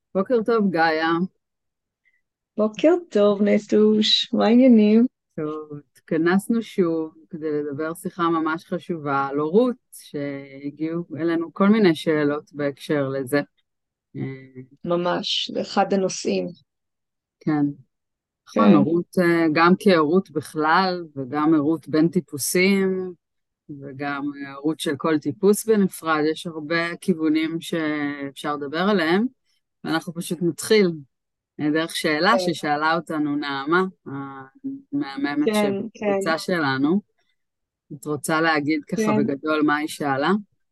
בוקר טוב, גאיה. בוקר טוב, נטוש, מה העניינים? טוב, התכנסנו שוב כדי לדבר שיחה ממש חשובה על הורות, שהגיעו אלינו כל מיני שאלות בהקשר לזה. אה, ממש, זה אחד הנושאים. כן, נכון, כן, הורות, גם כהורות בכלל, וגם הורות בין טיפוסים, וגם הורות של כל טיפוס בנפרד, יש הרבה כיוונים שאפשר לדבר עליהם, ואנחנו פשוט נתחיל דרך שאלה כן, ששאלה אותנו נעמה, המהממת כן, כן, שבקבוצה שלנו. את רוצה להגיד ככה כן. בגדול מה היא שאלה?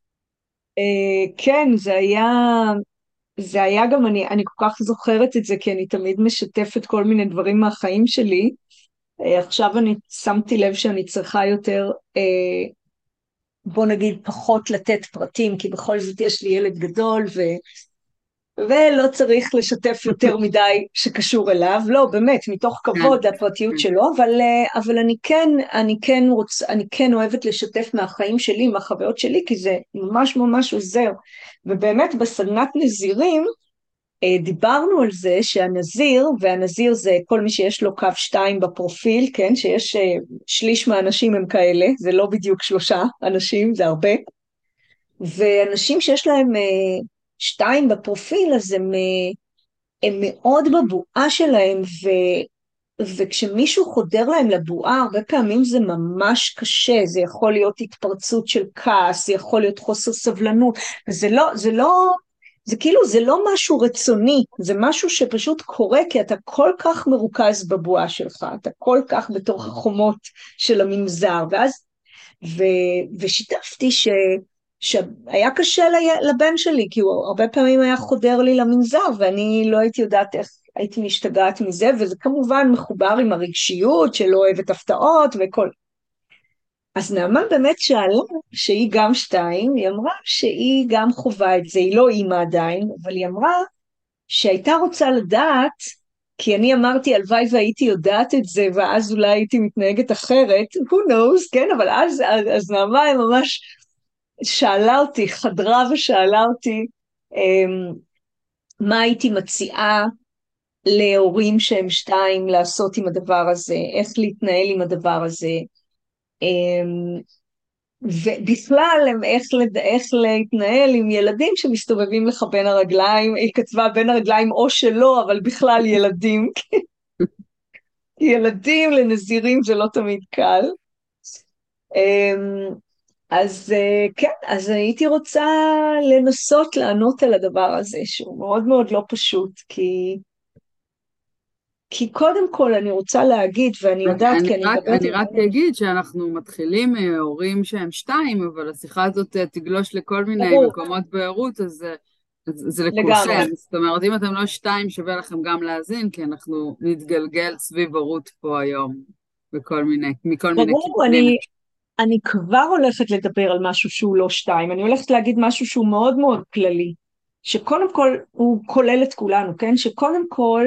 כן, זה היה גם, אני כל כך זוכרת את זה, כי אני תמיד משתפת כל מיני דברים מהחיים שלי. עכשיו אני שמתי לב שאני צריכה יותר, בוא נגיד, פחות לתת פרטים, כי בכל זאת יש לי ילד גדול, ולא צריך לשתף יותר מדי שקשור אליו, לא, באמת, מתוך כן, כבוד לפרטיות כן, שלו, אבל אני כן אוהבת לשתף מהחיים שלי, מהחוויות שלי, כי זה ממש ממש עוזר. ובאמת בסדנת נזירים, דיברנו על זה שהנזיר, והנזיר זה כל מי שיש לו קו 2 בפרופיל, כן, שיש שליש מהאנשים הם כאלה, זה לא בדיוק 3 אנשים, זה הרבה, ואנשים שיש להם 2 בפרופיל, אז הם מאוד בבועה שלהם, וכשמישהו חודר להם לבועה, הרבה פעמים זה ממש קשה, זה יכול להיות התפרצות של כעס, זה יכול להיות חוסר סבלנות, זה כאילו, זה לא משהו רצוני, זה משהו שפשוט קורה, כי אתה כל כך מרוכז בבועה שלך, אתה כל כך בתוך החומות של המנזר, ו, ושיתפתי שהיה קשה לבן שלי, כי הוא הרבה פעמים היה חודר לי למנזר, ואני לא הייתי יודעת איך הייתי משתגעת מזה, וזה כמובן מחובר עם הרגשיות שלא אוהבת הפתעות וכל. אז נעמה באמת שאלה, שהיא גם 2, היא אמרה שהיא גם חווה את זה, היא לא אימא עדיין, אבל היא אמרה שהייתה רוצה לדעת, כי אני אמרתי, הלוואי והייתי יודעת את זה, ואז אולי הייתי מתנהגת אחרת, who knows, כן, אבל אז נעמה היא ממש שאלה אותי, חדרה ושאלה אותי, מה הייתי מציעה להורים שהם 2 לעשות עם הדבר הזה, איך להתנהל עם הדבר הזה, ובכלל איך להתנהל עם ילדים שמסתובבים לך בין הרגליים, היא כתבה בין הרגליים או שלא, אבל בכלל ילדים, ילדים לנזירים זה לא תמיד קל. אז כן, אז הייתי רוצה לנסות לענות על הדבר הזה, שהוא מאוד מאוד לא פשוט, כי קודם כל אני רוצה להגיד, ואני יודעת, כי אני מדברת אני עם רק המון, אגיד שאנחנו מתחילים הורים שהם 2, אבל השיחה הזאת תגלוש לכל מיני ברור, מקומות בהורות, אז זה לכולכם. לגמרי. זאת אומרת, אם אתם לא 2, שווה לכם גם להאזין, כי אנחנו נתגלגל סביב הורות פה היום, מכל מיני ברור, כיוונים. אני כבר הולכת לדבר על משהו שהוא לא 2, אני הולכת להגיד משהו שהוא מאוד מאוד כללי, שקודם כל הוא כולל את כולנו, כן? שקודם כל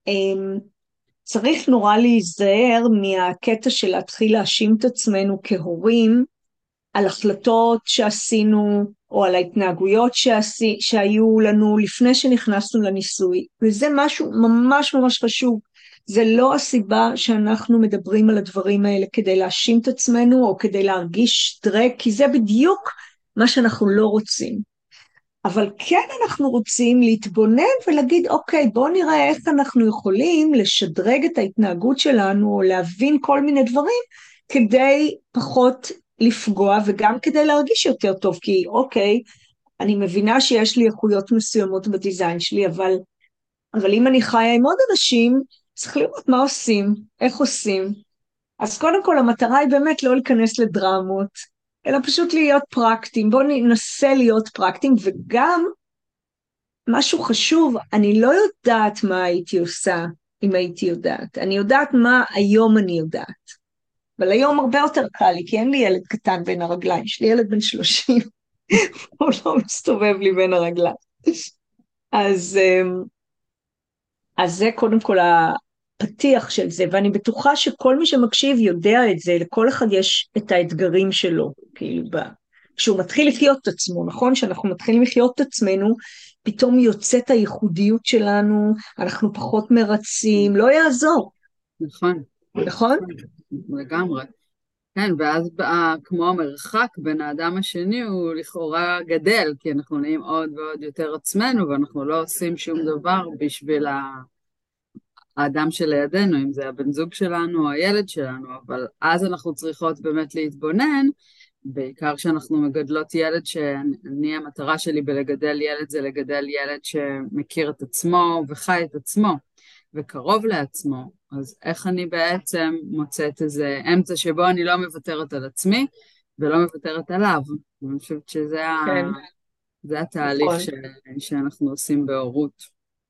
צריך נורא להיזהר מהקטע של להתחיל להאשים את עצמנו כהורים, על החלטות שעשינו, או על ההתנהגויות שהיו לנו לפני שנכנסנו לניסוי, וזה משהו ממש ממש חשוב. זה לא הסיבה שאנחנו מדברים על הדברים האלה כדי להאשים את עצמנו, או כדי להרגיש דרק, כי זה בדיוק מה שאנחנו לא רוצים. אבל כן אנחנו רוצים להתבונן ולהגיד, אוקיי, בואו נראה איך אנחנו יכולים לשדרג את ההתנהגות שלנו, או להבין כל מיני דברים, כדי פחות לפגוע, וגם כדי להרגיש יותר טוב, כי אוקיי, אני מבינה שיש לי איכויות מסוימות בדיזיין שלי, אבל אם אני חיה עם עוד אנשים, צריך לראות מה עושים, איך עושים. אז קודם כל המטרה היא באמת לא להיכנס לדרמות, אלא פשוט להיות פרקטיים. בואו ננסה להיות פרקטיים, וגם משהו חשוב, אני לא יודעת מה הייתי עושה אם הייתי יודעת. אני יודעת מה היום אני יודעת. אבל היום הרבה יותר קל לי, כי אין לי ילד קטן בין הרגליים, יש לי ילד בן 30, הוא לא מסתובב לי בין הרגליים. אז, אז זה קודם כל הפתיח של זה, ואני בטוחה שכל מי שמקשיב יודע את זה, לכל אחד יש את האתגרים שלו, כאילו, כשהוא מתחיל לחיות את עצמו, נכון? שאנחנו מתחילים לחיות את עצמנו, פתאום יוצאת הייחודיות שלנו, אנחנו פחות מרצים, לא יעזור, נכון, נכון? נכון, לגמרי. כן, ואז כמו המרחק בין האדם השני הוא לכאורה גדל, כי אנחנו נהיים עוד ועוד יותר עצמנו, ואנחנו לא עושים שום דבר בשביל האדם שלידינו, אם זה הבן זוג שלנו או הילד שלנו, אבל אז אנחנו צריכות באמת להתבונן, בעיקר כשאנחנו מגדלות ילד, שאני המטרה שלי בלגדל ילד זה לגדל ילד שמכיר את עצמו וחי את עצמו וקרוב לעצמו, אז איך אני בעצם מוצאת איזה אמצע שבו אני לא מוותרת על עצמי ולא מוותרת עליו. אני חושבת שזה כן, זה התהליך נכון, שאנחנו עושים בהורות.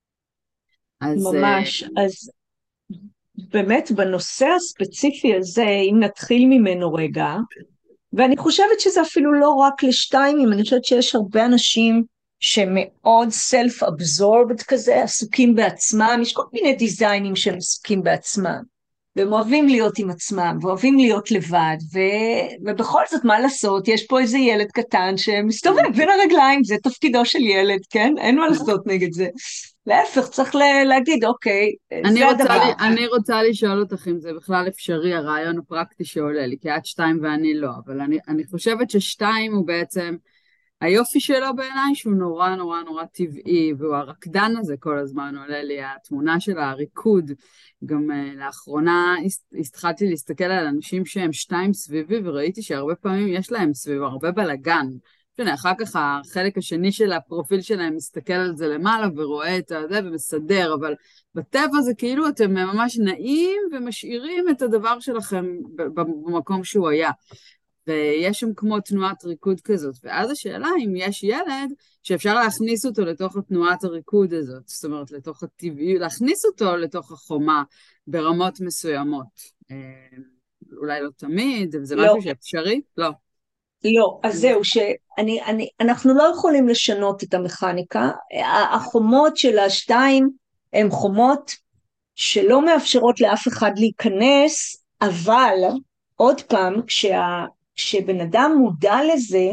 אז ממש. אז באמת בנושא הספציפי הזה, אם נתחיל ממנו רגע, ואני חושבת שזה אפילו לא רק לשתיים, אני חושבת שיש הרבה אנשים שמאוד self-absorbed כזה, עסוקים בעצמם, יש כל מיני דיזיינים שהם עסוקים בעצמם, והם אוהבים להיות עם עצמם, ואוהבים להיות לבד, ובכל זאת מה לעשות, יש פה איזה ילד קטן שמסתובב בין הרגליים, זה תפקידו של ילד, כן? אין מה לעשות נגד זה. להפך, צריך להגיד, אוקיי, זה הדבר. אני רוצה לשאול אותך אם זה בכלל אפשרי, הרעיון הפרקטי שעולה לי, כי את שתיים ואני לא, אבל אני חושבת ששתיים הוא בעצם, היופי שלו בעיניי שהוא נורא נורא נורא טבעי, והוא הרקדן הזה כל הזמן עולה לי, התמונה של הריקוד, גם לאחרונה התחלתי להסתכל על אנשים שהם שתיים סביבי, וראיתי שהרבה פעמים יש להם סביב הרבה בלגן, אחר כך החלק השני של הפרופיל שלהם מסתכל על זה למעלה ורואה את זה ומסדר, אבל בטבע זה כאילו אתם ממש נעים ומשאירים את הדבר שלכם במקום שהוא היה. ויש שם כמו תנועת ריקוד כזאת, ואז השאלה אם יש ילד שאפשר להכניס אותו לתוך התנועת הריקוד הזאת, זאת אומרת לתוך הטבעי, להכניס אותו לתוך החומה ברמות מסוימות. אולי לא תמיד, זה משהו לא. שאפשרי? לא. לא, אז זהו, אנחנו לא יכולים לשנות את המכניקה, החומות של השתיים הן חומות שלא מאפשרות לאף אחד להיכנס, אבל עוד פעם, כשבן אדם מודע לזה,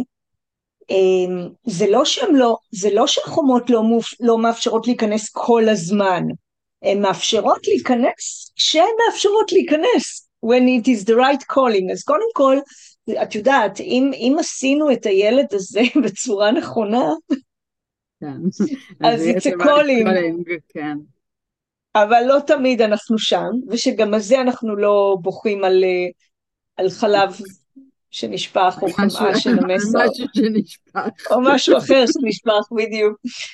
זה לא שהחומות לא מאפשרות להיכנס כל הזמן, הן מאפשרות להיכנס כשהן מאפשרות להיכנס, when it is the right calling, אז קודם כל, את יודעת, אם עשינו את הילד הזה בצורה נכונה, כן, אז אז יש it's a למה calling, כן. אבל לא תמיד אנחנו שם, ושגם על זה אנחנו לא בוכים על חלב שנשפך, או חמאה שנמס, משהו שנשפך. או משהו אחר שנשפך בדיוק.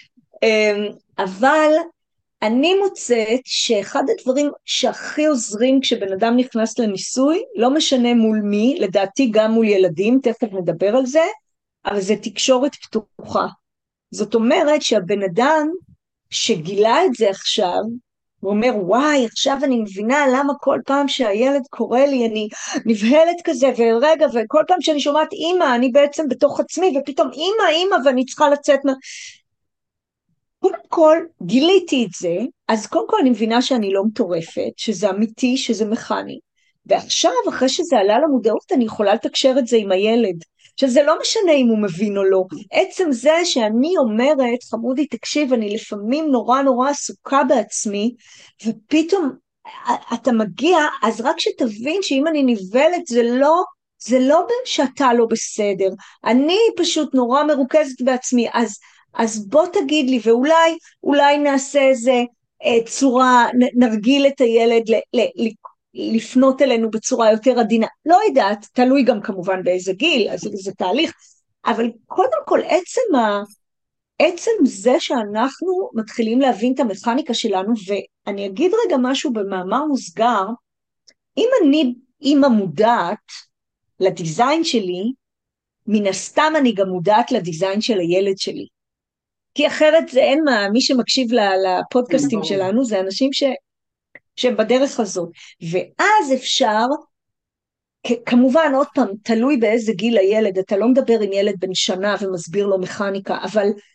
אבל אני מוצאת שאחד הדברים שהכי עוזרים כשבן אדם נכנס לניסוי, לא משנה מול מי, לדעתי גם מול ילדים, תכף נדבר על זה, אבל זה תקשורת פתוחה. זאת אומרת שהבן אדם שגילה את זה עכשיו, הוא אומר, וואי, עכשיו אני מבינה למה כל פעם שהילד קורא לי, אני נבהלת כזה, ורגע, וכל פעם שאני שומעת אמא, אני בעצם בתוך עצמי, ופתאום אמא, ואני צריכה לצאת קודם כל, גיליתי את זה, אז קודם כל אני מבינה שאני לא מטורפת, שזה אמיתי, שזה מכני, ועכשיו, אחרי שזה עלה למודעות, אני יכולה לתקשר את זה עם הילד, שזה לא משנה אם הוא מבין או לא, עצם זה שאני אומרת, חמודי תקשיב, אני לפעמים נורא נורא עסוקה בעצמי, ופתאום אתה מגיע, אז רק שתבין שאם אני נבלת, זה לא שאתה לא בסדר, אני פשוט נורא מרוכזת בעצמי, אז בוא תגיד לי, ואולי נעשה איזה צורה, נרגיל את הילד לפנות אלינו בצורה יותר עדינה, לא יודעת, תלוי גם כמובן באיזה גיל, אז זה תהליך, אבל קודם כל עצם זה שאנחנו מתחילים להבין את המכניקה שלנו, ואני אגיד רגע משהו במאמר מוסגר, אם אני אימא מודעת לדיזיין שלי, מן הסתם אני גם מודעת לדיזיין של הילד שלי, כי אחרת זה אין מה, מי שמקשיב לפודקאסטים שלנו, זה אנשים שהם בדרך הזאת, ואז אפשר, כמובן עוד פעם, תלוי באיזה גיל הילד, אתה לא מדבר עם ילד בן שנה ומסביר לו מכניקה, אבל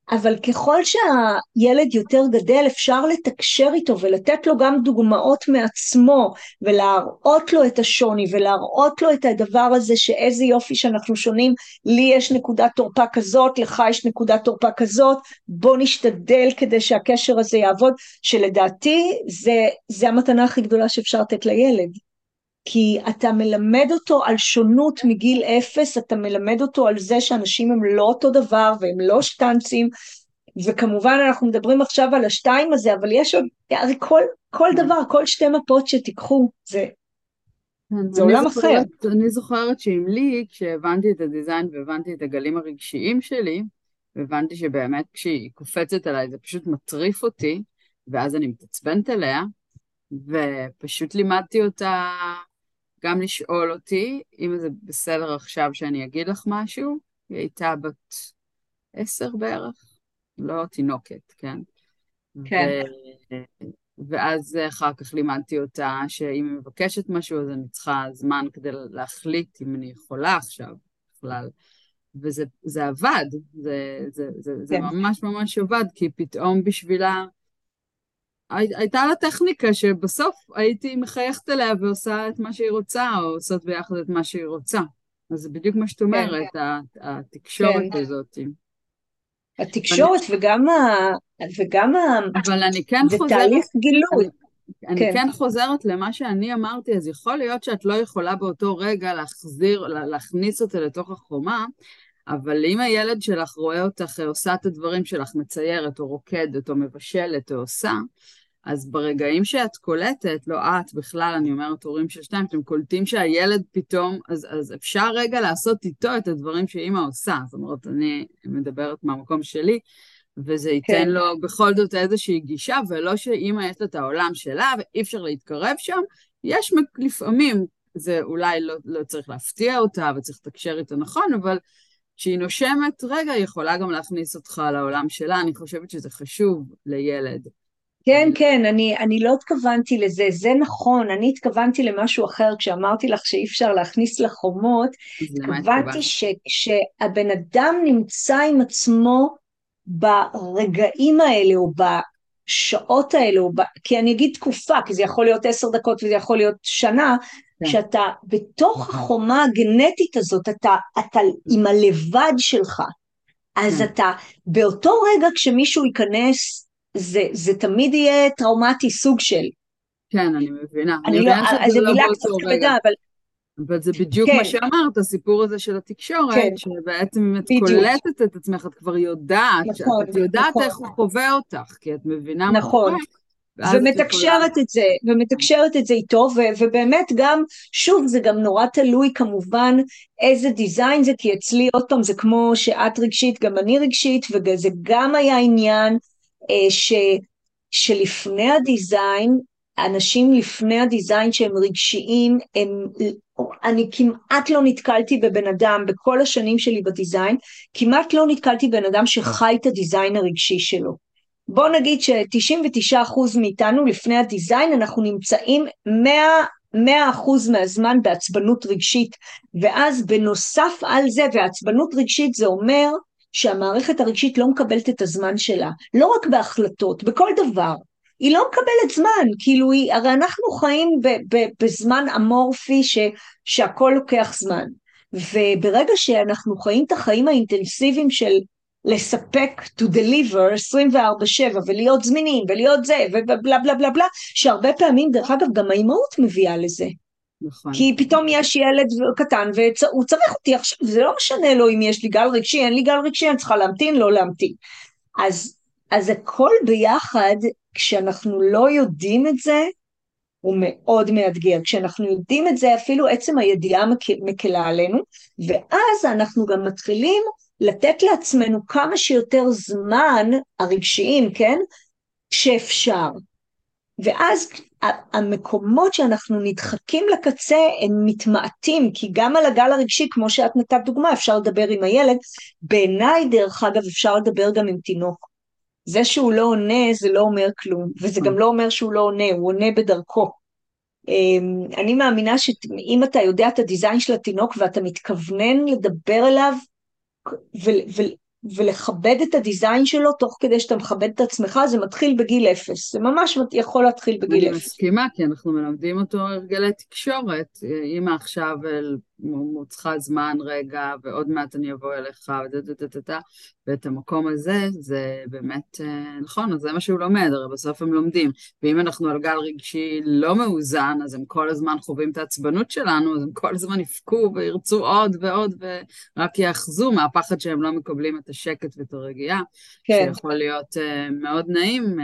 אבל ככל שהילד יותר גדל, אפשר לתקשר איתו ולתת לו גם דוגמאות מעצמו, ולהראות לו את השוני, ולהראות לו את הדבר הזה שאיזה יופי שאנחנו שונים, לי יש נקודת תורפה כזאת, לך יש נקודת תורפה כזאת, בוא נשתדל כדי שהקשר הזה יעבוד, שלדעתי זה המתנה הכי גדולה שאפשר לתת לילד. כי אתה מלמד אותו על שונות מגיל 0, אתה מלמד אותו על זה שאנשים הם לא אותו דבר, והם לא שטנצים, וכמובן אנחנו מדברים עכשיו על השתיים הזה, אבל יש עוד, הרי כל דבר, כל שתי מפות שתיקחו, זה עולם אחר. אני זוכרת שעם לי, כשהבנתי את הדיזיין והבנתי את הגלים הרגשיים שלי, והבנתי שבאמת כשהיא קופצת עליי זה פשוט מטריף אותי, ואז אני מתעצבנת אליה, ופשוט לימדתי אותה גם לשאול אותי, אם זה בסדר עכשיו שאני אגיד לך משהו, היא הייתה בת 10 בערך, לא תינוקת, כן? כן. ואז אחר כך לימדתי אותה שאם היא מבקשת משהו, אז אני צריכה זמן כדי להחליט אם אני יכולה עכשיו בכלל. וזה עבד, זה כן. ממש ממש עבד, כי פתאום בשבילה, הייתה לה טכניקה שבסוף הייתי מחייכת אליה ועושה את מה שהיא רוצה, או עושות ביחד את מה שהיא רוצה. אז זה בדיוק מה שאת אומרת, התקשורת הזאת. התקשורת וגם אבל אני כן זה חוזרת, תהליך גילוי. אני כן חוזרת למה שאני אמרתי, אז יכול להיות שאת לא יכולה באותו רגע להכניס אותה לתוך החומה, אבל אם הילד שלך רואה אותך עושה את הדברים שלך, מציירת או רוקדת או מבשלת או עושה, אז ברגעים שאת קולטת, לא את בכלל, אני אומרת הורים של 2, אתם קולטים שהילד פתאום, אז אפשר רגע לעשות איתו את הדברים שאמא עושה, זאת אומרת, אני מדברת מהמקום שלי, וזה ייתן לו בכל זאת איזושהי גישה, ולא שאמא יש לה את העולם שלה, ואי אפשר להתקרב שם, יש לפעמים, זה אולי לא צריך להפתיע אותה, וצריך לתקשר איתה נכון, אבל כשהיא נושמת, רגע, היא יכולה גם להכניס אותך לעולם שלה, אני חושבת שזה חשוב לילד. כן, כן, אני לא התכוונתי לזה, זה נכון, אני התכוונתי למשהו אחר, כשאמרתי לך שאי אפשר להכניס לחומות, התכוונתי שכשהבן אדם נמצא עם עצמו ברגעים האלה, או בשעות האלה, כי אני אגיד תקופה, כי זה יכול להיות 10 דקות וזה יכול להיות שנה, שאתה בתוך החומה הגנטית הזאת, אתה עם הלבד שלך, אז אתה באותו רגע כשמישהו ייכנס, זה תמיד יהיה טראומטי, סוג של. כן, אני מבינה. אני לא, אז זה מילה קצת כבדה, אבל זה בדיוק מה שאמרת, הסיפור הזה של התקשורת, שבעצם אם את קולטת את עצמך, את כבר יודעת, את יודעת איך הוא חווה אותך, כי את מבינה מה קורה. ומתקשרת את זה איתו, ובאמת גם, שוב, זה גם נורא תלוי כמובן איזה דיזיין זה, כי אצלי עוד פעם זה כמו שאת רגשית, גם אני רגשית, וזה גם היה עניין שלפני הדיזיין, אנשים לפני הדיזיין שהם רגשיים, אני כמעט לא נתקלתי בבן אדם, בכל השנים שלי בדיזיין, כמעט לא נתקלתי בבן אדם שחי את הדיזיין הרגשי שלו. בוא נגיד ש99% מאיתנו לפני הדיזיין, אנחנו נמצאים 100% מהזמן בעצבנות רגשית, ואז בנוסף על זה, והעצבנות רגשית זה אומר, שהמערכת הרגשית לא מקבלת את הזמן שלה, לא רק בהחלטות, בכל דבר, היא לא מקבלת זמן, כאילו הרי אנחנו חיים בזמן אמורפי שהכל לוקח זמן, וברגע שאנחנו חיים את החיים האינטנסיביים של לספק, to deliver 24/7 ולהיות זמינים ולהיות זה ובלה בלה בלה בלה, שהרבה פעמים דרך אגב גם האימהות מביאה לזה. נכון. כי פתאום יש ילד קטן והוא צריך אותי עכשיו, זה לא משנה לו אם יש לי גל רגשי, אין לי גל רגשי, אני צריכה להמתין, לא להמתין. אז הכל ביחד, כשאנחנו לא יודעים את זה, הוא מאוד מאתגר. כשאנחנו יודעים את זה, אפילו עצם הידיעה מקלה עלינו, ואז אנחנו גם מתחילים לתת לעצמנו כמה שיותר זמן, הרגשיים, כן? שאפשר. ואז המקומות שאנחנו נדחקים לקצה הם מתמעטים, כי גם על הגל הרגשי, כמו שאת נתת דוגמה, אפשר לדבר עם הילד, בעיניי דרך אגב אפשר לדבר גם עם תינוק. זה שהוא לא עונה זה לא אומר כלום, וזה גם לא אומר שהוא לא עונה, הוא עונה בדרכו. אני מאמינה שאם אתה יודע את הדיזיין של התינוק ואתה מתכוונן לדבר אליו, ולכבד את הדיזיין שלו, תוך כדי שאתה מכבד את עצמך, זה מתחיל בגיל 0, זה ממש יכול להתחיל בגיל אני 0. מסכימה, כי אנחנו מלמדים אותו הרגלי תקשורת. אמא עכשיו צריכה זמן רגע, ועוד מעט אני אבוא אליך, ואת המקום הזה, זה באמת נכון, אז זה מה שהוא לומד, הרי בסוף הם לומדים. ואם אנחנו על גל רגשי לא מאוזן, אז הם כל הזמן חווים את העצבנות שלנו, אז הם כל הזמן יפקו וירצו עוד ועוד, ורק יאחזו מהפחד שהם לא מקבלים את השקט ואת הרגיעה, כן, שיכול להיות מאוד נעים.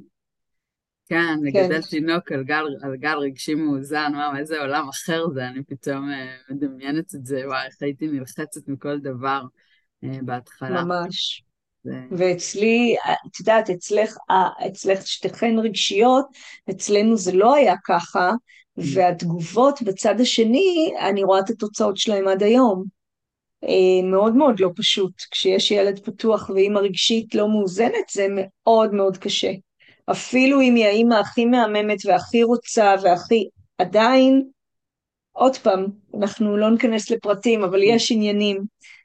כן, כן, לגדל תינוק על גל רגשי מאוזן, וואו, איזה עולם אחר זה, אני פתאום מדמיינת את זה, וואו, איך הייתי נלחצת מכל דבר בהתחלה. ממש. זה... ואצלי, את יודעת, אצלך שתיכן רגשיות, אצלנו זה לא היה ככה, והתגובות בצד השני, אני רואה את התוצאות שלהם עד היום. מאוד מאוד לא פשוט. כשיש ילד פתוח ואמא רגשית לא מאוזנת, זה מאוד מאוד קשה. אפילו אם היא האמא הכי מהממת והכי רוצה והכי עדיין, עוד פעם, אנחנו לא ניכנס לפרטים, אבל יש עניינים.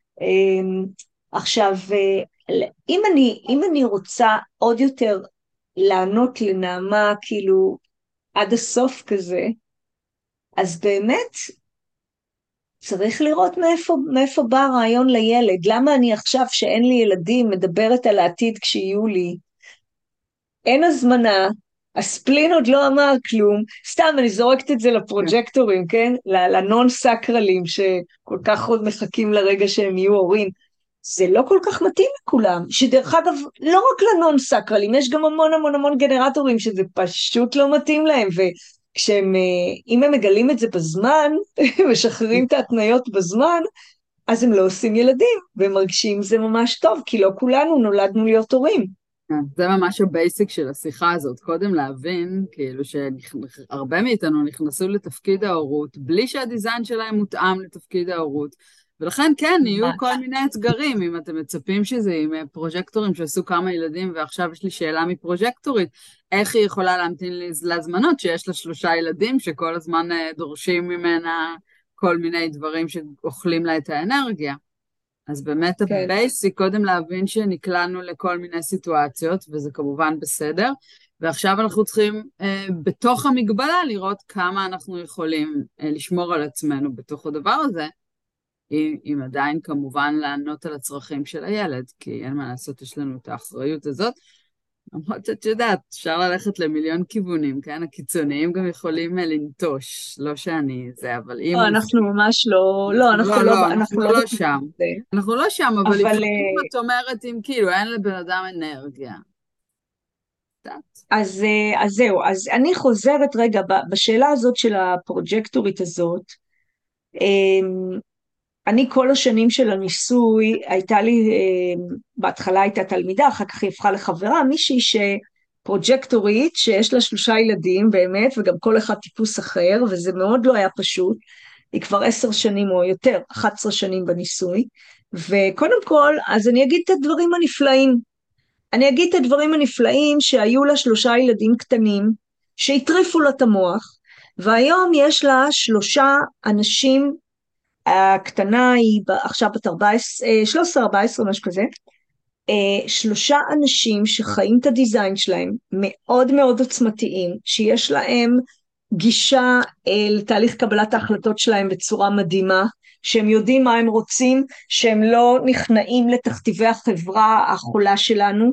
עכשיו, אם אני רוצה עוד יותר לענות לנעמה, כאילו, עד הסוף כזה, אז באמת צריך לראות מאיפה בא הרעיון לילד. למה אני עכשיו שאין לי ילדים מדברת על העתיד כשיהיו לי? אין הזמנה, הספלין עוד לא אמר כלום, סתם אני זורקת את זה לפרוג'קטורים, כן? לנון סקרלים שכל כך עוד מחכים לרגע שהם יהיו הורים. זה לא כל כך מתאים לכולם, שדרך אגב, לא רק לנון סקרלים, יש גם המון המון המון גנרטורים שזה פשוט לא מתאים להם, וכשהם, אם הם מגלים את זה בזמן, משחררים את ההתניות בזמן, אז הם לא עושים ילדים, והם מרגישים זה ממש טוב, כי לא כולנו נולדנו להיות הורים. כן, זה ממש הבייסיק של השיחה הזאת, קודם להבין, כאילו שהרבה מאיתנו נכנסו לתפקיד ההורות, בלי שהדיזיין שלהם מותאם לתפקיד ההורות, ולכן כן, יהיו כל מיני אתגרים, אם אתם מצפים שזה עם פרוג'קטורים שעשו כמה ילדים, ועכשיו יש לי שאלה מפרוג'קטורית, איך היא יכולה להמתין להזמנות שיש לה 3 ילדים, שכל הזמן דורשים ממנה כל מיני דברים שאוכלים לה את האנרגיה. אז באמת כן. הבייסיק, קודם להבין שנקלענו לכל מיני סיטואציות, וזה כמובן בסדר, ועכשיו אנחנו צריכים בתוך המגבלה לראות כמה אנחנו יכולים לשמור על עצמנו בתוך הדבר הזה, אם עדיין כמובן לענות על הצרכים של הילד, כי אין מה לעשות, יש לנו את האחריות הזאת, למרות שאת יודעת, אפשר ללכת למיליון כיוונים, כן? הקיצוניים גם יכולים לנטוש, לא שאני זה, אבל אם... לא, אנחנו ממש לא, לא, אנחנו אנחנו לא לא בכיוון שם. הזה. אנחנו לא שם, אבל אבל לפעמים את אומרת אם כאילו אין לבן אדם אנרגיה. קצת. אז זהו, אז אני חוזרת רגע בשאלה הזאת של הפרוג'קטורית הזאת. אמ, אני כל השנים של הניסוי, הייתה לי, בהתחלה הייתה תלמידה, אחר כך היא הפכה לחברה, מישהי שפרוג'קטורית, שיש לה 3 ילדים באמת, וגם כל אחד טיפוס אחר, וזה מאוד לא היה פשוט. היא כבר 10 שנים או יותר, 11 שנים בניסוי, וקודם כל, אז אני אגיד את הדברים הנפלאים. אני אגיד את הדברים הנפלאים שהיו לה 3 ילדים קטנים, שהטריפו לה את המוח, והיום יש לה 3 אנשים, הקטנה היא עכשיו בת 14, 13-14, משהו כזה, 3 אנשים שחיים את הדיזיין שלהם, מאוד מאוד עוצמתיים, שיש להם גישה לתהליך קבלת ההחלטות שלהם בצורה מדהימה, שהם יודעים מה הם רוצים, שהם לא נכנעים לתכתיבי החברה החולה שלנו,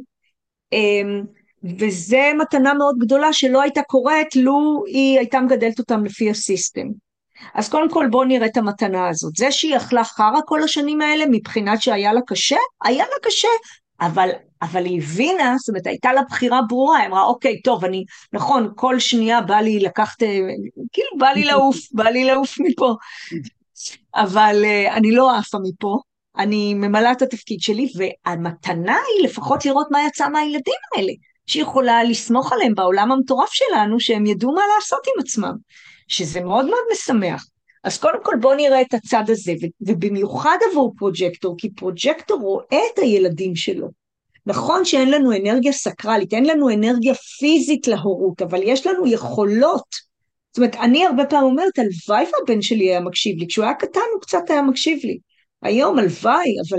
וזה מתנה מאוד גדולה שלא הייתה קורית לו היא הייתה מגדלת אותם לפי הסיסטם. אז קודם כל בואו נראה את המתנה הזאת. זה שהיא אכלה חרא כל השנים האלה, מבחינת שהיה לה קשה, היה לה קשה, אבל היא הבינה, זאת אומרת, הייתה לה בחירה ברורה, היא אמרה, אוקיי, טוב, נכון, כל שנייה בא לי לקחת, כאילו בא לי לעוף מפה, אבל אני לא עפה מפה, אני ממלאה את התפקיד שלי, והמתנה היא לפחות לראות מה יצא מהילדים האלה, שיכולה לסמוך עליהם בעולם המטורף שלנו, שהם ידעו מה לעשות עם עצמם, שזה מאוד מאוד משמח. אז קודם כל בואו נראה את הצד הזה, ובמיוחד עבור פרוג'קטור, כי פרוג'קטור רואה את הילדים שלו. נכון שאין לנו אנרגיה סקרלית, אין לנו אנרגיה פיזית להורות, אבל יש לנו יכולות. זאת אומרת, אני הרבה פעמים אומרת, הלוואי והבן שלי היה מקשיב לי, כשהוא היה קטן הוא קצת היה מקשיב לי. היום הלוואי, אבל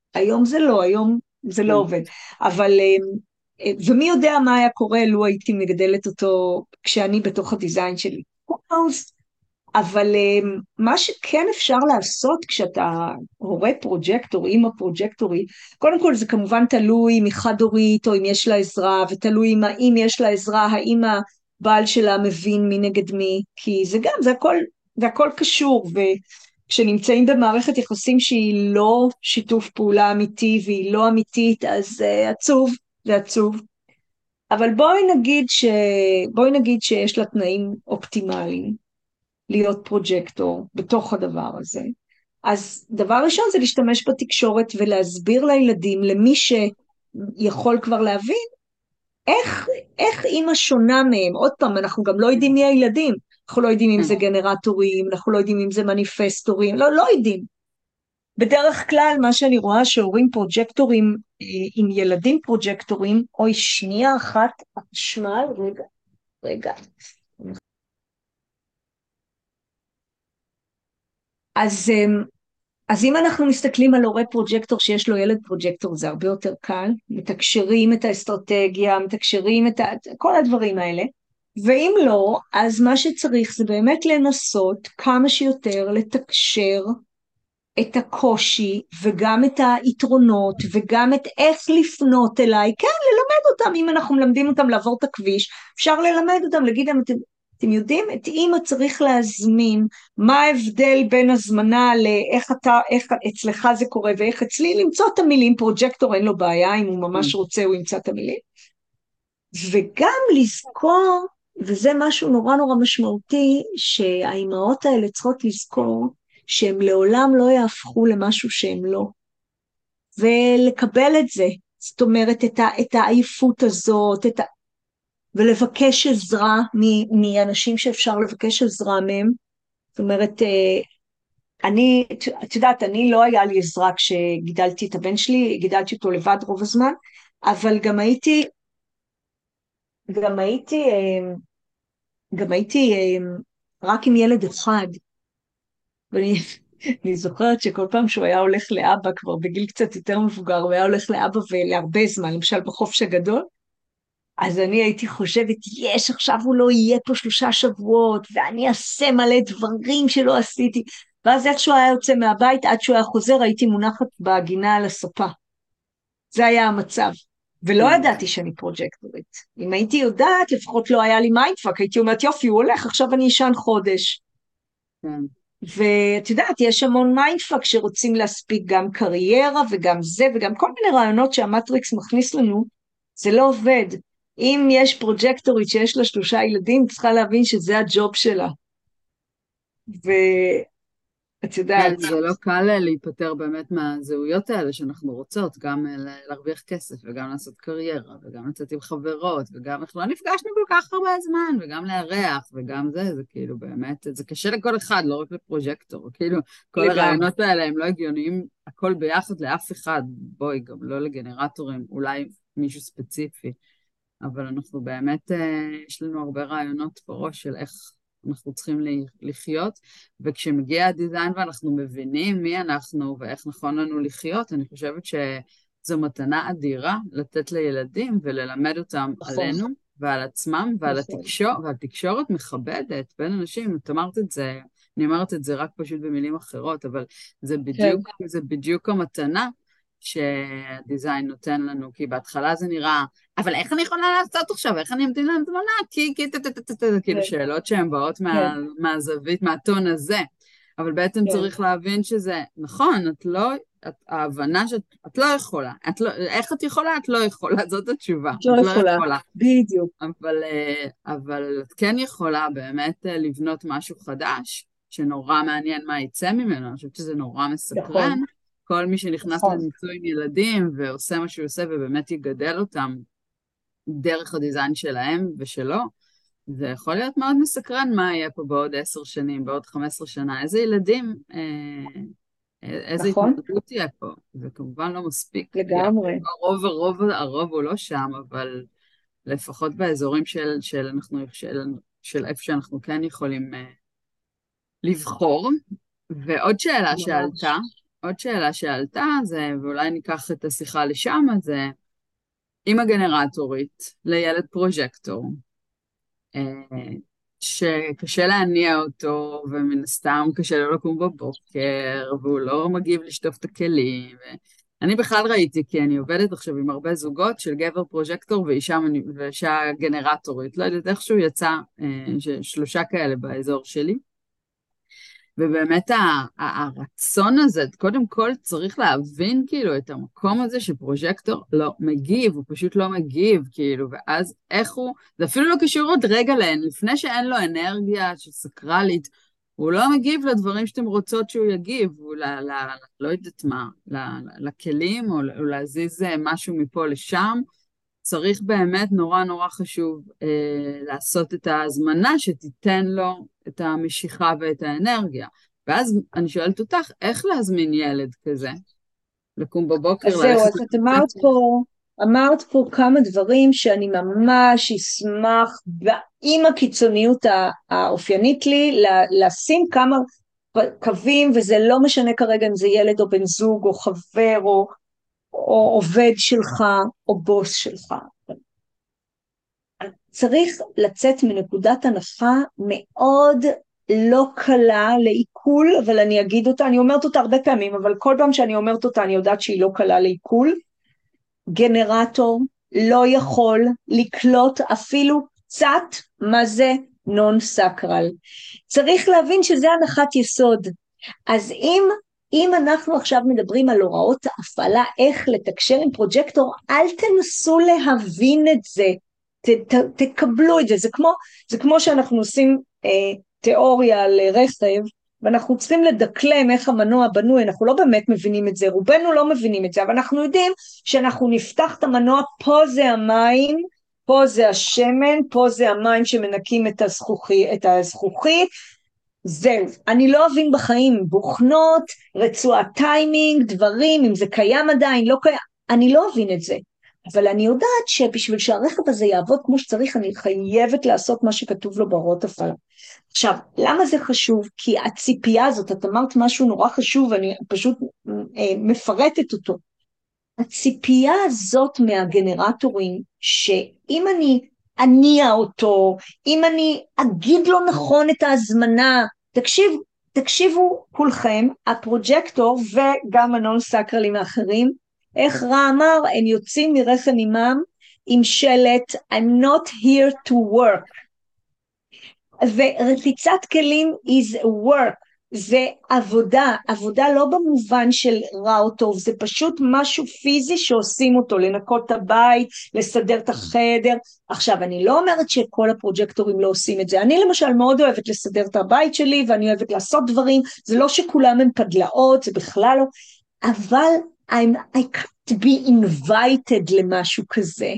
היום זה לא, היום זה לא כן, עובד. אבל, ומי יודע מה היה קורה לו הייתי מגדלת אותו כשאני בתוך הדיזיין שלי. אבל מה שכן אפשר לעשות כשאתה הורה פרוג'קטור, אימא פרוג'קטורית, קודם כל זה כמובן תלוי אם היא חד-הורית או אם יש לה עזרה, ותלוי אם יש לה עזרה, האם הבעל שלה מבין מי נגד מי, כי זה גם, זה הכל קשור, וכשנמצאים במערכת יחסים שהיא לא שיתוף פעולה אמיתי והיא לא אמיתית, אז עצוב, זה עצוב. אבל בואי נגיד שיש לה תנאים אופטימליים. להיות פרוג'קטור בתוך הדבר הזה. אז דבר ראשון זה להשתמש בתקשורת ולהסביר לילדים, למי שיכול כבר להבין, איך אימא שונה מהם. עוד פעם, אנחנו גם לא יודעים מי הילדים, אנחנו לא יודעים אם כן, זה גנרטורים, אנחנו לא יודעים אם זה מניפסטורים, לא יודעים. בדרך כלל מה שאני רואה שהורים פרוג'קטורים עם ילדים פרוג'קטורים, אוי שנייה אחת, החשמל, רגע. אז אז אם אנחנו מסתכלים על הורה פרוג'קטור שיש לו ילד פרוג'קטור, זה הרבה יותר קל, מתקשרים את האסטרטגיה, מתקשרים כל הדברים האלה, ואם לא, אז מה שצריך זה באמת לנסות כמה שיותר לתקשר את הקושי, וגם את היתרונות, וגם את איך לפנות אליי, כן, ללמד אותם, אם אנחנו מלמדים אותם לעבור את הכביש, אפשר ללמד אותם, להגיד להם, אתם יודעים, את אמא צריך להזמין, מה ההבדל בין הזמנה איך אצלך זה קורה, ואיך אצלי, למצוא את המילים, פרוג'קטור אין לו בעיה, אם הוא כן, ממש רוצה הוא ימצא את המילים, וגם לזכור, וזה משהו נורא נורא משמעותי, שהאימהות האלה צריכות לזכור, שהם לעולם לא יהפכו למשהו שהם לא, ולקבל את זה, זאת אומרת את העייפות הזאת, ולבקש עזרה מאנשים שאפשר לבקש עזרה מהם, זאת אומרת, את יודעת, לא היה לי עזרה כשגידלתי את הבן שלי, גידלתי אותו לבד רוב הזמן, אבל גם הייתי, גם הייתי רק עם ילד אחד, ואני אני זוכרת שכל פעם שהוא היה הולך לאבא, כבר בגיל קצת יותר מבוגר, הוא היה הולך לאבא ולהרבה זמן, למשל בחופש הגדול, אז אני הייתי חושבת, עכשיו הוא לא יהיה פה 3 שבועות, ואני אעשה מלא דברים שלא עשיתי, ואז איך שהוא היה יוצא מהבית, עד שהוא היה חוזר, הייתי מונחת בגינה על הספה. זה היה המצב. ולא כן, ידעתי שאני פרוג'קטורית. אם הייתי יודעת, לפחות לא היה לי מיינדפאק, הייתי אומרת, יופי, הוא הולך, עכשיו אני אשן חודש. כן. ואת יודעת, יש המון מיינדפאק שרוצים להספיק גם קריירה וגם זה, וגם כל מיני רעיונות שהמטריקס מכניס לנו, זה לא עובד. אם יש פרוג'קטורית שיש לה 3 ילדים, צריכה להבין שזה הג'וב שלה. ואת כן, יודעת, זה לא קל להיפטר באמת מהזהויות האלה שאנחנו רוצות, גם להרוויח כסף וגם לעשות קריירה וגם לצאת עם חברות וגם איך לא נפגשנו כל כך הרבה זמן וגם לארח וגם זה כאילו באמת, זה קשה לכל אחד, לא רק לפרוג'קטור, כאילו כל לגמרי. הרעיונות האלה הם לא הגיוניים, הכל ביחד לאף אחד, בואי, גם לא לגנרטורים, אולי מישהו ספציפי, אבל אנחנו באמת, יש לנו הרבה רעיונות בראש של איך אנחנו צריכים לחיות, וכשמגיע הדיזיין ואנחנו מבינים מי אנחנו ואיך נכון לנו לחיות, אני חושבת שזו מתנה אדירה לתת לילדים וללמד אותם נכון, עלינו ועל עצמם ועל נכון. התקשורת, והתקשורת מכבדת בין אנשים, את אמרת את זה, אני אומרת את זה רק פשוט במילים אחרות, אבל כן, זה בדיוק המתנה שהדיזיין נותן לנו, כי בהתחלה זה נראה, אבל איך אני יכולה לעשות עכשיו? איך אני אמתין להם תמונה? כאילו כן, שאלות שהן באות כן, מהזווית, מהטון הזה. אבל בעצם כן. צריך להבין שזה, נכון, ההבנה שאת לא יכולה. איך את יכולה? את לא יכולה, זאת התשובה. את לא את לא יכולה, יכולה. בדיוק. אבל את כן יכולה באמת לבנות משהו חדש, שנורא מעניין מה יצא ממנו, אני חושבת שזה נורא מסקרן. נכון, כל מי שנכנס נכון, לניסוי עם ילדים ועושה מה שהוא עושה ובאמת יגדל אותם דרך הדיזיין שלהם ושלו, זה יכול להיות מאוד מסקרן מה יהיה פה בעוד 10 שנים, בעוד 15 שנה, איזה ילדים, איזה נכון, התמודדות תהיה פה. זה כמובן לא מספיק, לגמרי. הרוב הוא לא שם, אבל לפחות באזורים של איפה שאנחנו כן יכולים לבחור. ועוד שאלה שעלתה, ממש. עוד שאלה שעלתה, זה, ואולי ניקח את השיחה לשם, זה עם הגנרטורית לילד פרוז'קטור, שקשה להניע אותו, ומן הסתם קשה לו לקום בבוקר, והוא לא מגיב לשטוף את הכלים. אני בכלל ראיתי, כי אני עובדת עכשיו עם הרבה זוגות של גבר פרוז'קטור ואישה גנרטורית. לא יודעת איכשהו יצא 3 כאלה באזור שלי. ובאמת הרצון הזה, קודם כל צריך להבין כאילו את המקום הזה שפרוז'קטור לא מגיב, הוא פשוט לא מגיב כאילו, ואז איך הוא, זה אפילו לא קשור עוד רגע להן, לפני שאין לו אנרגיה שסקרלית, הוא לא מגיב לדברים שאתם רוצות שהוא יגיב, הוא לא יודעת מה, לכלים או להזיז משהו מפה לשם, צריך באמת נורא נורא חשוב לעשות את ההזמנה שתיתן לו את המשיכה ואת האנרגיה. ואז אני שואלת אותך, איך להזמין ילד כזה? לקום בבוקר, אז זהו, ללכת אז את אמרת פה כמה דברים שאני ממש אשמח, עם הקיצוניות האופיינית לי, לשים כמה קווים, וזה לא משנה כרגע אם זה ילד או בן זוג או חבר או עובד שלך או בוס שלך. צריך לצאת מנקודת הנחה מאוד לא קלה לעיכול, אבל אני אגיד אותה, אני אומרת אותה הרבה פעמים, אבל כל פעם שאני אומרת אותה אני יודעת שהיא לא קלה לעיכול. גנרטור לא יכול לקלוט אפילו קצת מה זה נון סקרל. צריך להבין שזה הנחת יסוד. אז אם אנחנו עכשיו מדברים על הוראות ההפעלה, איך לתקשר עם פרוג'קטור, אל תנסו להבין את זה, תקבלו את זה. זה כמו שאנחנו עושים תיאוריה על רכב, ואנחנו צריכים לדקלם איך המנוע בנוי, אנחנו לא באמת מבינים את זה, רובנו לא מבינים את זה, אבל אנחנו יודעים שאנחנו נפתח את המנוע, פה זה המים, פה זה השמן, פה זה המים שמנקים את הזכוכית, זהו, אני לא אבין בחיים, בוכנות, רצועת טיימינג, דברים, אם זה קיים עדיין, לא קיים, אני לא אבין את זה, אבל אני יודעת שבשביל שהרכב הזה יעבוד כמו שצריך, אני חייבת לעשות מה שכתוב לו בהוראות הפעלה. עכשיו, למה זה חשוב? כי הציפייה הזאת, את אמרת משהו נורא חשוב, אני פשוט מפרטת אותו. הציפייה הזאת מהגנרטורים, שאם אני אניע אותו, אם אני אגיד לו נכון את ההזמנה, תקשיבו כולכם, הפרוג'קטור וגם הנון סקרלים האחרים, איך רע אמר, הם יוצאים מרחם אימם עם שלט, I'm not here to work, ורחיצת כלים is work, זה עבודה, עבודה לא במובן של רע או טוב, זה פשוט משהו פיזי שעושים אותו, לנקות את הבית, לסדר את החדר. עכשיו, אני לא אומרת שכל הפרוג'קטורים לא עושים את זה, אני למשל מאוד אוהבת לסדר את הבית שלי, ואני אוהבת לעשות דברים, זה לא שכולם הם פדלאות, זה בכלל לא, אבל I can't be invited למשהו כזה.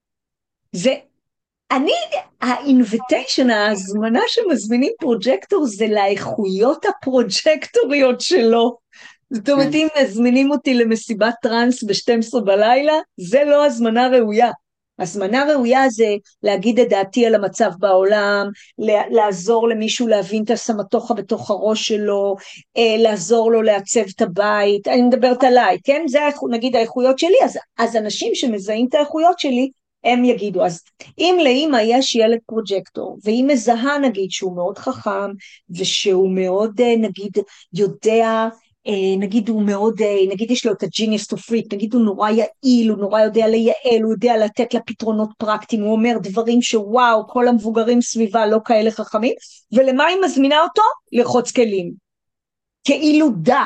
האינביטיישן, ההזמנה שמזמינים פרוג'קטור, זה לאיכויות הפרוג'קטוריות שלו. זאת אומרת, אם מזמינים אותי למסיבת טרנס ב-12 בלילה, זה לא הזמנה ראויה. הזמנה ראויה זה להגיד את דעתי על המצב בעולם, לעזור למישהו להבין את הסמטוחה בתוך הראש שלו, לעזור לו לעצב את הבית, אני מדברת עליי, כן? זה נגיד האיכויות שלי, אז אנשים שמזהים את האיכויות שלי, הם יגידו. אז אם לאמא יש ילד פרוג'קטור, והיא מזהה נגיד שהוא מאוד חכם, ושהוא מאוד נגיד יודע, נגיד הוא מאוד, נגיד יש לו את הג'יניוס טו פריק, נגיד הוא נורא יעיל, הוא נורא יודע לייעל, הוא יודע לתת לה פתרונות פרקטיים, הוא אומר דברים שוואו, כל המבוגרים סביבה לא כאלה חכמים, ולמה היא מזמינה אותו? לרחוץ כלים. כאילו דה.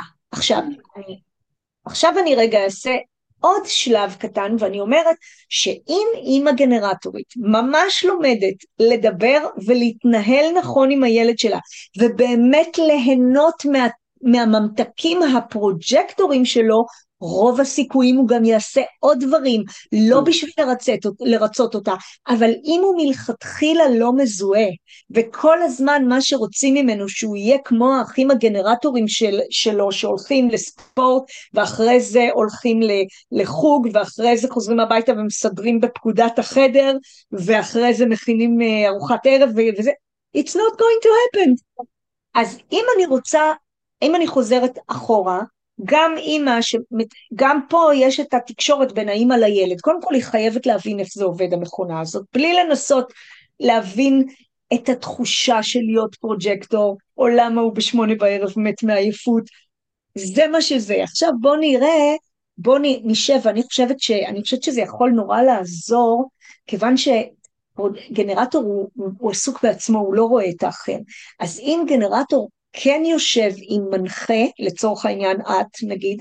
עכשיו אני רגע אעשה עוד שלב קטן, ואני אומרת שאם אמא גנרטורית ממש לומדת לדבר ולהתנהל נכון עם הילד שלה, ובאמת ליהנות מהממתקים הפרוג'קטורים שלו, רוב הסיכויים הוא גם יעשה עוד דברים, לא בשביל לרצות אותה, אבל אם הוא מלכתחילה לא מזוהה, וכל הזמן מה שרוצים ממנו שהוא יהיה כמו האחים הגנרטורים שלו, שהולכים לספורט, ואחרי זה הולכים לחוג, ואחרי זה חוזרים הביתה ומסדרים בפקודת החדר, ואחרי זה מכינים ארוחת ערב, וזה, it's not going to happen. אז אם אני חוזרת אחורה, גם אימא, גם פה יש את התקשורת בין האימא לילד, קודם כל היא חייבת להבין איך זה עובד המכונה הזאת, בלי לנסות להבין את התחושה של להיות פרוג'קטור, או למה הוא ב8 בערב מת מעייפות, זה מה שזה. עכשיו בוא נראה, בוא נשב, אני חושבת שזה יכול נורא לעזור, כיוון שגנרטור הוא עסוק בעצמו, הוא לא רואה את האחר. אז אם גנרטור כן יושב עם מנחה, לצורך העניין את נגיד,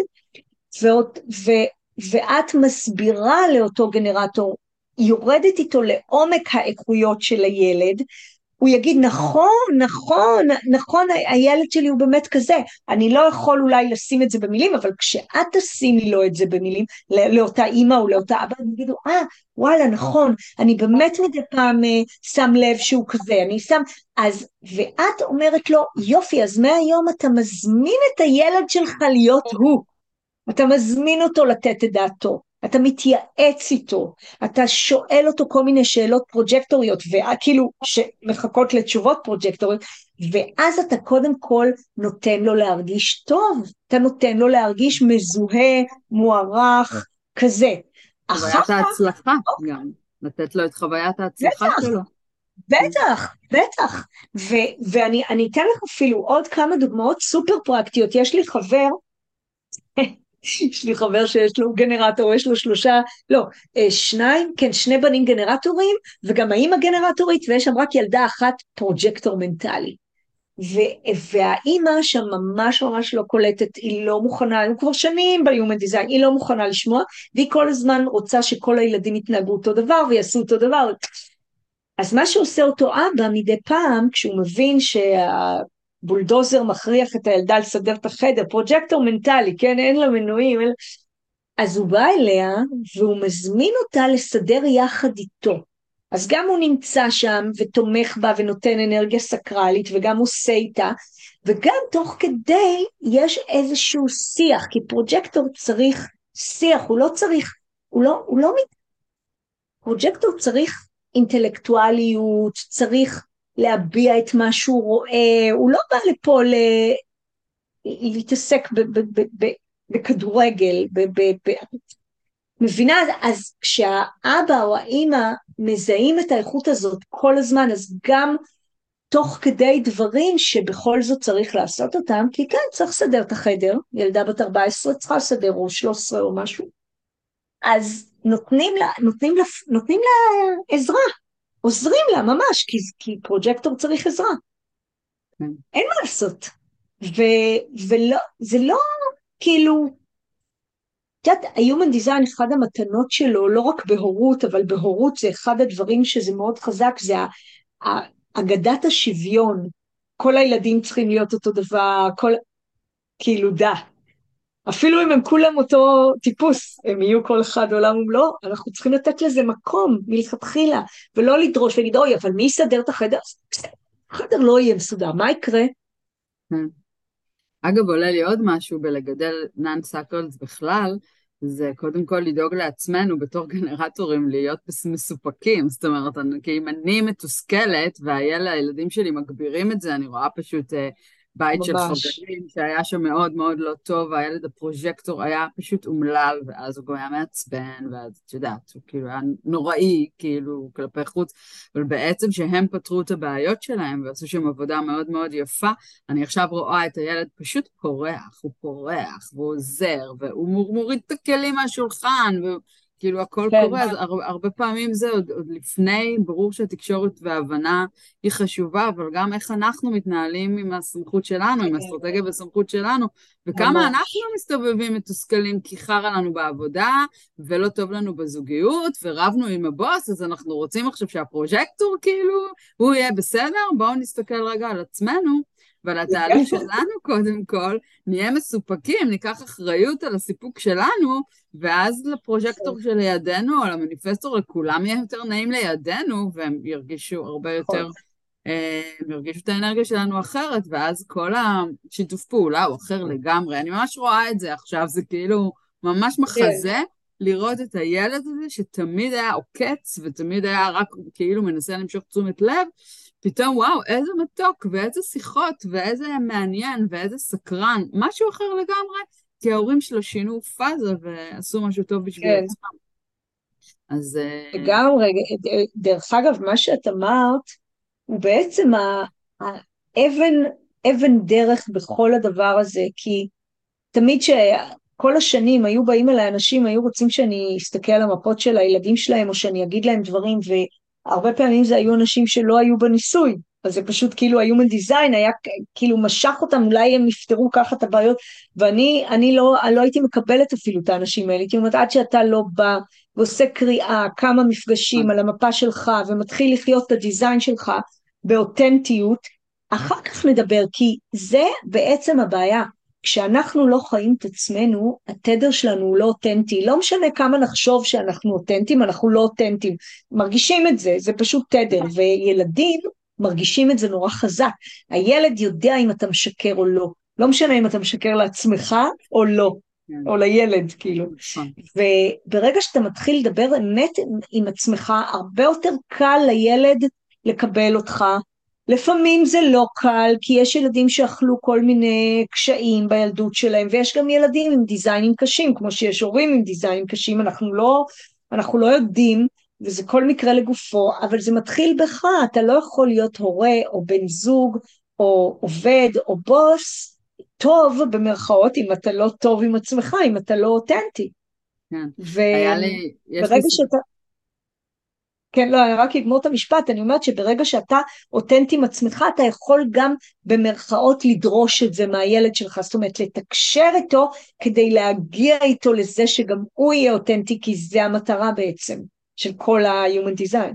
ואת מסבירה לאותו גנרטור, יורדת איתו לעומק האיכויות של הילד, הוא יגיד נכון, נכון, נכון, הילד שלי הוא באמת כזה, אני לא יכול אולי לשים את זה במילים, אבל כשאת תשימי לו את זה במילים, לאותה אימא או לאותה אבא, הם יגידו, וואלה, נכון, אני באמת מדי פעם שם לב שהוא כזה, אני שם, אז, ואת אומרת לו, יופי, אז מהיום אתה מזמין את הילד שלך להיות הוא, אתה מזמין אותו לתת את דעתו, אתה מתייעץ איתו, אתה שואל אותו כל מיני שאלות פרוג'קטוריות, וכאילו שמחכות לתשובות פרוג'קטוריות, ואז אתה קודם כל נותן לו להרגיש טוב, אתה נותן לו להרגיש מזוהה, מוערך, כזה. חוויית ההצלחה גם, לתת לו את חוויית ההצלחה בטח, שלו. בטח, בטח, ואני אתן לך אפילו עוד כמה דוגמאות סופר פרקטיות, יש לי חבר שיש לו גנרטור, יש לו 3, לא, 2, כן, 2 בנים גנרטורים, וגם האמא גנרטורית, ויש שם רק ילדה אחת פרוג'קטור מנטלי. והאמא שם ממש ממש לא קולטת, היא לא מוכנה, הם כבר שנים ביומן דיזיין, היא לא מוכנה לשמוע, והיא כל הזמן רוצה שכל הילדים יתנהגו אותו דבר, ויעשו אותו דבר. אז מה שעושה אותו אבא מדי פעם, כשהוא מבין בולדוזר מכריח את הילדה לסדר את החדר, פרוג'קטור מנטלי, כן, אין לה מנועים, אז הוא בא אליה, והוא מזמין אותה לסדר יחד איתו, אז גם הוא נמצא שם, ותומך בה, ונותן אנרגיה סקרלית, וגם עושה איתה, וגם תוך כדי, יש איזשהו שיח, כי פרוג'קטור צריך שיח, הוא לא צריך, פרוג'קטור צריך אינטלקטואליות, צריך להביע את מה שהוא רואה, הוא לא בא לפה להתעסק בכדורגל, מבינה? אז כשהאבא או האמא מזהים את האיכות הזאת כל הזמן, אז גם תוך כדי דברים שבכל זאת צריך לעשות אותם, כי כן, צריך לסדר את החדר, ילדה בת 14 צריכה לסדר, או 13 או משהו, אז נותנים לה עזרה, עוזרים לה ממש, כי פרוג'קטור צריך עזרה. אין מה לעשות. ולא, זה לא כאילו, את יודעת, ה-Human Design, אחד המתנות שלו, לא רק בהורות, אבל בהורות זה אחד הדברים שזה מאוד חזק, זה אגדת השוויון. כל הילדים צריכים להיות אותו דבר, כאילו אפילו אם הם כולם אותו טיפוס, הם יהיו כל אחד עולם ומלואו, אנחנו צריכים לתת לזה מקום מלכתחילה, ולא לדרוש ולהגיד, אוי, אבל מי יסדר את החדר? החדר לא יהיה מסודר, מה יקרה? אגב, עולה לי עוד משהו בלגדל נאן-סאקלס בכלל, זה קודם כל לדאוג לעצמנו בתור גנרטורים להיות מסופקים, זאת אומרת, כי אם אני מתוסכלת והילדים שלי מגבירים את זה, אני רואה פשוט בית של חברים שהיה שם מאוד מאוד לא טוב, והילד הפרוג'קטור היה פשוט אומלל, ואז הוא גם היה מעצבן, ואז את יודעת, הוא כאילו היה נוראי, כאילו, כלפי חוץ, אבל בעצם שהם פתרו את הבעיות שלהם, ועשו שם עבודה מאוד מאוד יפה, אני עכשיו רואה את הילד פשוט פורח, הוא פורח, והוא עוזר, והוא מוריד את הכלים מהשולחן, וכאילו הכל קורה, אז הרבה פעמים זה עוד לפני, ברור שהתקשורת וההבנה היא חשובה, אבל גם איך אנחנו מתנהלים עם הסמכות שלנו, עם האסטרטגיה והסמכות שלנו, וכמה אנחנו מסתובבים מתוסכלים כי חרה לנו בעבודה, ולא טוב לנו בזוגיות, ורבנו עם הבוס, אז אנחנו רוצים עכשיו שהפרוג'קטור כאילו, הוא יהיה בסדר, בואו נסתכל רגע על עצמנו, ועל התהליך שלנו קודם כל, נהיה מסופקים, ניקח אחריות על הסיפוק שלנו, ואז לפרוג'קטור שלידינו, או למניפסטור, לכולם יהיה יותר נעים לידינו, והם ירגישו הרבה יותר, הם ירגישו את האנרגיה שלנו אחרת, ואז כל השיתוף פעולה הוא אחר לגמרי. אני ממש רואה את זה עכשיו, זה כאילו ממש מחזה, לראות את הילד הזה שתמיד היה עוקץ, ותמיד היה רק כאילו מנסה למשוך תשומת לב, פתאום וואו, איזה מתוק, ואיזה שיחות, ואיזה מעניין, ואיזה סקרן, משהו אחר לגמרי, כי ההורים שלו שינו פאזה ועשו משהו טוב בשביל כן, עצמם. אז לגמרי. דרך אגב, מה שאת אמרת, הוא בעצם האבן, אבן דרך בכל הדבר הזה, כי תמיד שכל השנים היו באים אליי אנשים, היו רוצים שאני אסתכל על המפות של הילדים שלהם, או שאני אגיד להם דברים, והרבה פעמים זה היו אנשים שלא היו בניסוי, אז זה פשוט כאילו ה-Human Design היה כאילו משך אותם, אולי הם יפתרו ככה את הבעיות, ואני לא הייתי מקבלת אפילו את האנשים האלה, כי אומרת, עד שאתה לא בא ועושה קריאה, כמה מפגשים על המפה שלך, ומתחיל לחיות את הדיזיין שלך באותנטיות, אחר כך נדבר, כי זה בעצם הבעיה. כשאנחנו לא חיים את עצמנו, התדר שלנו הוא לא אותנטי, לא משנה כמה נחשוב שאנחנו אותנטיים, אנחנו לא אותנטיים, מרגישים את זה, זה פשוט תדר, וילדים מרגישים את זה נורא חזק, הילד יודע אם אתה משקר או לא, לא משנה אם אתה משקר לעצמך או לא, כן, או לילד כאילו, נכון. וברגע שאתה מתחיל לדבר אמת עם עצמך, הרבה יותר קל לילד לקבל אותך, לפעמים זה לא קל, כי יש ילדים שאכלו כל מיני קשיים בילדות שלהם, ויש גם ילדים עם דיזיינים קשים, כמו שיש הורים עם דיזיינים קשים, אנחנו לא יודעים, וזה כל מקרה לגופו, אבל זה מתחיל בך, אתה לא יכול להיות הורה, או בן זוג, או עובד, או בוס, טוב במרכאות, אם אתה לא טוב עם עצמך, אם אתה לא אותנטי. כן. יש לי וברגע שאתה, כן, לא, אני רק אגמור את המשפט, אני אומרת שברגע שאתה אותנטי עם עצמך, אתה יכול גם במרכאות לדרוש את זה מהילד שלך, זאת אומרת, לתקשר איתו, כדי להגיע איתו לזה שגם הוא יהיה אותנטי, כי זה המטרה בעצם, של כל ה-Human Design.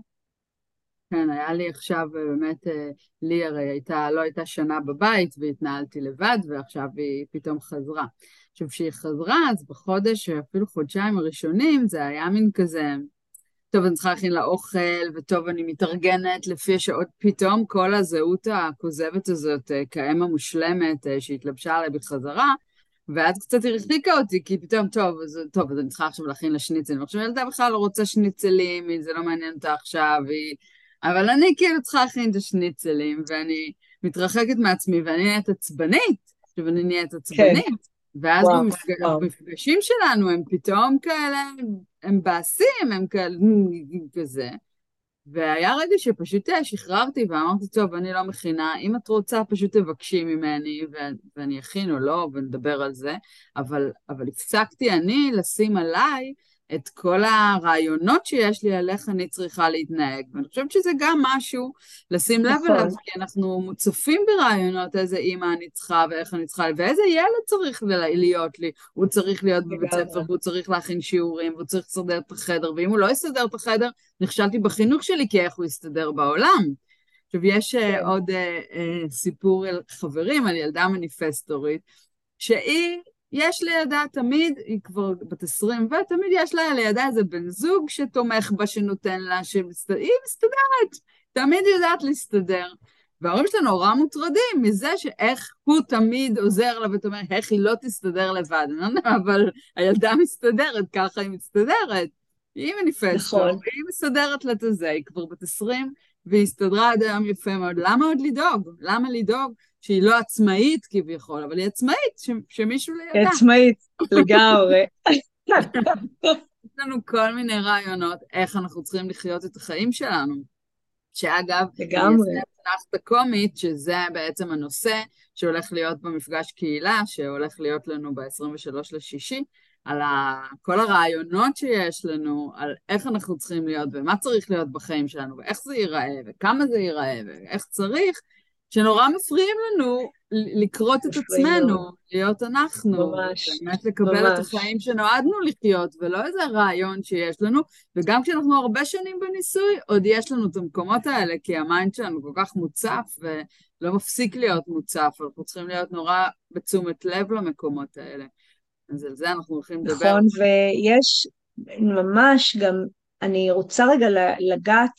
כן, היה לי עכשיו באמת, לי הרי לא הייתה שנה בבית והתנהלתי לבד, ועכשיו היא פתאום חזרה. עכשיו, כשהיא חזרה, אז בחודש, אפילו חודשיים הראשונים, זה היה מין כזה, טוב, אני צריכה להכין לה אוכל, וטוב, אני מתארגנת לפי שעות פתאום, כל הזהות הכוזבת הזאת, כאם המושלמת, שהתלבשה עליי בחזרה, ואז קצת הרחיקה אותי, כי פתאום, טוב, אז אני צריכה עכשיו להכין לה שניצלים. עכשיו, ילדה בכלל לא רוצה שניצלים, זה לא מעניין אותה עכשיו, אבל אני כאילו צריכה להכין את השניצלים, ואני מתרחקת מעצמי, ואני נהיית עצבנית, עכשיו אני נהיית כן, עצבנית, ואז וואו, וואו. במפגשים שלנו הם פתאום כאלה, הם בעשים, הם כאלה, כזה. והיה רגע שפשוט שחררתי ואמרתי, טוב, אני לא מכינה, אם את רוצה פשוט תבקשי ממני ואני אכין או לא, ונדבר על זה, אבל הפסקתי אני לשים עליי את כל הרעיונות שיש לי על איך אני צריכה להתנהג, ואני חושבת שזה גם משהו לשים לב אליו, נכון, כי אנחנו מוצפים ברעיונות איזה אימא אני צריכה ואיך אני צריכה, ואיזה ילד צריך להיות לי, הוא צריך להיות בבית ספר, לגמרי, והוא צריך להכין שיעורים, והוא צריך לסדר את החדר, ואם הוא לא יסדר את החדר, נכשלתי בחינוך שלי, כי איך הוא יסתדר בעולם. עכשיו, יש כן, עוד סיפור על חברים, על ילדה מניפסטורית, שהיא, יש לידה תמיד, היא כבר בת 20, ותמיד יש לה לידה איזה בן זוג שתומך בה, שנותן לה, היא מסתדרת, תמיד יודעת להסתדר. וההורים שלה נורא מוטרדים מזה שאיך הוא תמיד עוזר לה ותאמר, איך היא לא תסתדר לבד. אני לא יודע, אבל הילדה מסתדרת, ככה היא מסתדרת. היא מניפסטו, נכון, והיא מסדרת לה את זה, היא כבר בת 20, והיא הסתדרה עד היום יפה מאוד. למה עוד לדאוג? למה לדאוג שהיא לא עצמאית כביכול, אבל היא עצמאית, שמישהו לידה. עצמאית, לגמרי. יש לנו כל מיני רעיונות איך אנחנו צריכים לחיות את החיים שלנו. שאגב, אני אעשה לגמרי, אתנחתא קומית, שזה בעצם הנושא שהולך להיות במפגש קהילה, שהולך להיות לנו ב-23 לשישי, על כל הרעיונות שיש לנו, על איך אנחנו צריכים להיות, ומה צריך להיות בחיים שלנו, ואיך זה ייראה, וכמה זה ייראה, ואיך צריך, שנורא מפריעים לנו לקרות את מפריעים מאוד, עצמנו, להיות אנחנו, ממש, באמת לקבל את ממש. החיים שנועדנו לחיות, ולא איזה רעיון שיש לנו, וגם כשאנחנו הרבה שנים בניסוי, עוד יש לנו את המקומות האלה, כי המיינד שלנו כל כך מוצף, ולא מפסיק להיות מוצף, אנחנו צריכים להיות נורא בתשומת לב למקומות האלה. אז על זה אנחנו הולכים לדבר. נכון, ויש ממש גם, אני רוצה רגע לגעת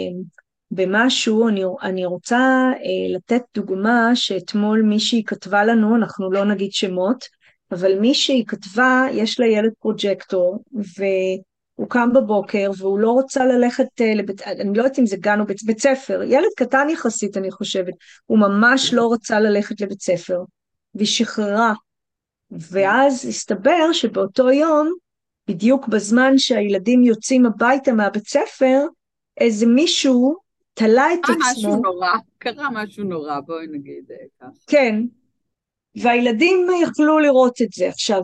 במשהו, אני רוצה לתת דוגמה שאתמול מישהי כתבה לנו, אנחנו לא נגיד שמות, אבל מישהי כתבה, יש לה ילד פרוג'קטור, והוא קם בבוקר והוא לא רוצה ללכת אני לא יודעת אם זה גן או בית ספר, ילד קטן יחסית אני חושבת, הוא ממש לא רצה ללכת לבית ספר, והיא שחררה ואז הסתבר שבאותו יום, בדיוק בזמן שהילדים יוצאים הביתה מהבית ספר, איזה מישהו תלה את משהו עצמו, נורא, קרה משהו נורא, בואי נגיד כך. כן, והילדים יכלו לראות את זה. עכשיו,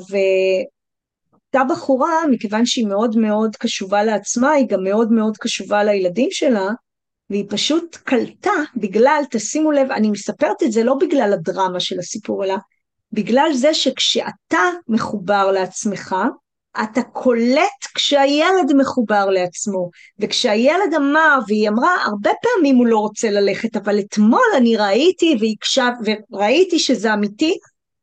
אותה בחורה, מכיוון שהיא מאוד מאוד קשובה לעצמה, היא גם מאוד מאוד קשובה לילדים שלה, והיא פשוט קלטה בגלל, תשימו לב, אני מספרת את זה לא בגלל הדרמה של הסיפור, אלא בגלל זה שכשאתה מחובר לעצמך, אתה קולט כשהילד מחובר לעצמו, וכשהילד אמר, והיא אמרה, הרבה פעמים הוא לא רוצה ללכת, אבל אתמול אני ראיתי וראיתי שזה אמיתי,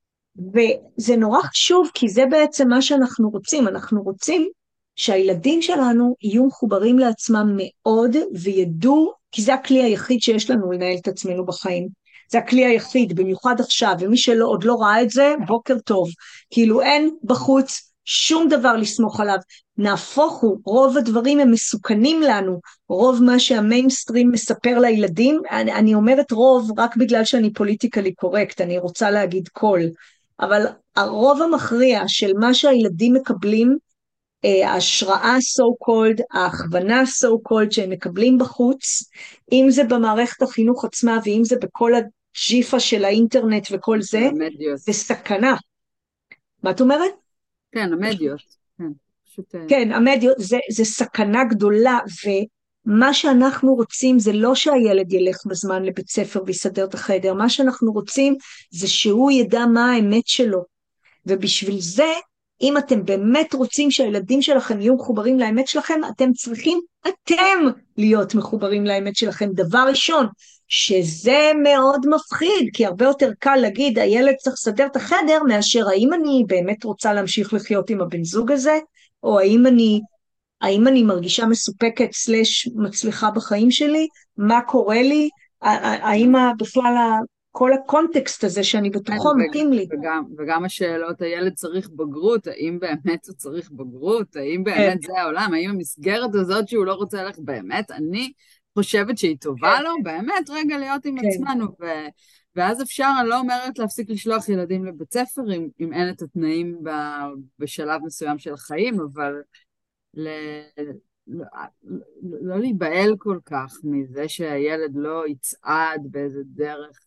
וזה נורא חשוב, כי זה בעצם מה שאנחנו רוצים. אנחנו רוצים שהילדים שלנו יהיו מחוברים לעצמם מאוד, וידעו, כי זה הכלי היחיד שיש לנו לנהל את עצמנו בחיים. זה הכלי היחיד, במיוחד עכשיו, ומי שעוד לא ראה את זה, בוקר טוב. כאילו אין בחוץ שום דבר לסמוך עליו. נהפוך הוא, רוב הדברים הם מסוכנים לנו, רוב מה שהמיינסטרים מספר לילדים, אני אומרת רוב רק בגלל שאני פוליטיקלי קורקט, אני רוצה להגיד כל, אבל הרוב המכריע של מה שהילדים מקבלים, ההשראה so called, ההכוונה so called שהם מקבלים בחוץ, אם זה במערכת החינוך עצמה, ואם זה בכל הג'יפה של האינטרנט וכל זה, המדיות. זה סכנה. מה את אומרת? כן, המדיות. כן, פשוט... כן, המדיות, זה סכנה גדולה, ומה שאנחנו רוצים זה לא שהילד ילך בזמן לבית ספר ויסדר את החדר, מה שאנחנו רוצים זה שהוא ידע מה האמת שלו, ובשביל זה, אם אתם באמת רוצים שהילדים שלכם יהיו מחוברים לאמת שלכם, אתם צריכים להיות מחוברים לאמת שלכם. דבר ראשון, שזה מאוד מפחיד, כי הרבה יותר קל להגיד, הילד צריך לסדר את החדר, מאשר האם אני באמת רוצה להמשיך לחיות עם הבן זוג הזה, או האם אני מרגישה מסופקת סלש מצליחה בחיים שלי, מה קורה לי, האם בכלל כל הקונטקסט הזה שאני בתוכו מתאים לי. וגם השאלות, הילד צריך בגרות, האם באמת הוא צריך בגרות, האם כן, באמת זה העולם, האם המסגרת הזאת שהוא לא רוצה ללכת באמת, אני חושבת שהיא טובה כן, לו, באמת רגע להיות עם כן. עצמנו, ואז אפשר, אני לא אומרת להפסיק לשלוח ילדים לבית ספר, אם אין את התנאים בשלב מסוים של החיים, אבל ל... לא, לא להיבהל כל כך מזה שהילד לא יצעד באיזה דרך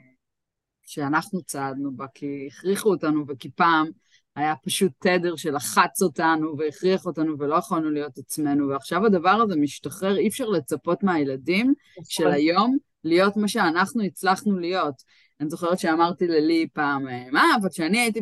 שאנחנו צעדנו בה, כי הכריחו אותנו, וכי פעם היה פשוט תדר שלחץ אותנו והכריח אותנו ולא יכולנו להיות עצמנו, ועכשיו הדבר הזה משתחרר, אי אפשר לצפות מהילדים של נכון. היום להיות מה שאנחנו הצלחנו להיות. אני זוכרת שאמרתי ללי פעם, מה, אבל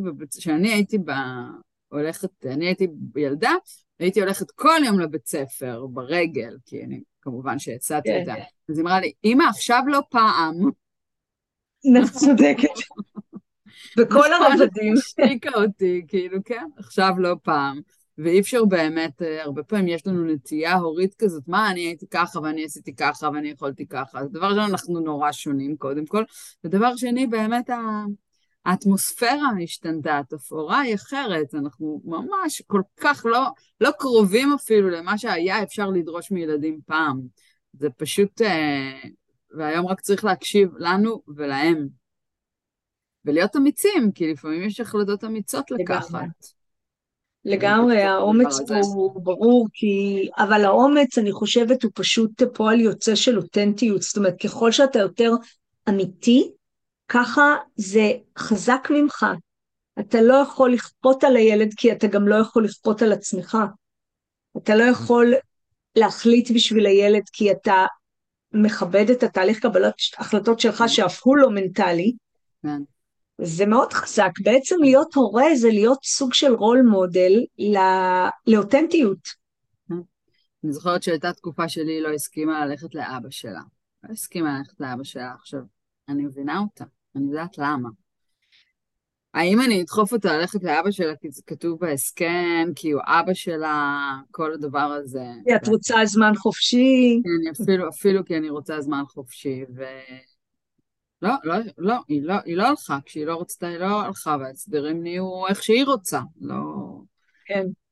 אני הייתי ילדה, הייתי הולכת כל יום לבית ספר ברגל, כי אני כמובן שיצאתי כן, איתה. אז היא אמרה לי, אמא, עכשיו לא פעם. צודקת. בכל נכון, הרבדים. השתיקה אותי, כאילו, כן, עכשיו לא פעם. ואי אפשר באמת, הרבה פעמים יש לנו נטייה הורית כזאת, מה, אני הייתי ככה, ואני עשיתי ככה, ואני יכולתי ככה. אז דבר ראשון, אנחנו נורא שונים, קודם כל. ודבר שני, באמת, האטמוספירה השתנתה, התפאורה היא אחרת, אנחנו ממש כל כך לא קרובים אפילו למה שהיה אפשר לדרוש מילדים פעם. זה פשוט, והיום רק צריך להקשיב לנו ולהם. ולהיות אמיצים, כי לפעמים יש החלטות אמיצות לגמרי. לקחת. לגמרי, האומץ פה הוא ברור, אבל האומץ, אני חושבת, הוא פשוט פועל יוצא של אותנטיות. זאת אומרת, ככל שאתה יותר אמיתי, ככה זה חזק ממך. אתה לא יכול לכפות על הילד, כי אתה גם לא יכול לכפות על עצמך. אתה לא יכול להחליט בשביל הילד, כי אתה מכבד את התהליך קבלת החלטות שלך, שאף הוא לא מנטלי. כן. זה מאוד חזק. בעצם להיות הורה זה להיות סוג של רול מודל לאותנטיות. אני זוכרת שהייתה תקופה שלי לא הסכימה ללכת לאבא שלה. לא הסכימה ללכת לאבא שלה. עכשיו, אני מבינה אותה, אני יודעת למה. האם אני אדחוף אותה ללכת לאבא שלה כי זה כתוב בהסכם, כי הוא אבא שלה, כל הדבר הזה. את רוצה זמן חופשי? אפילו כי אני רוצה זמן חופשי, לא, לא, לא, היא לא הלכה, כשהיא לא רצתה, היא לא הלכה, וההסדרים נהיו איך שהיא רוצה, לא... כן.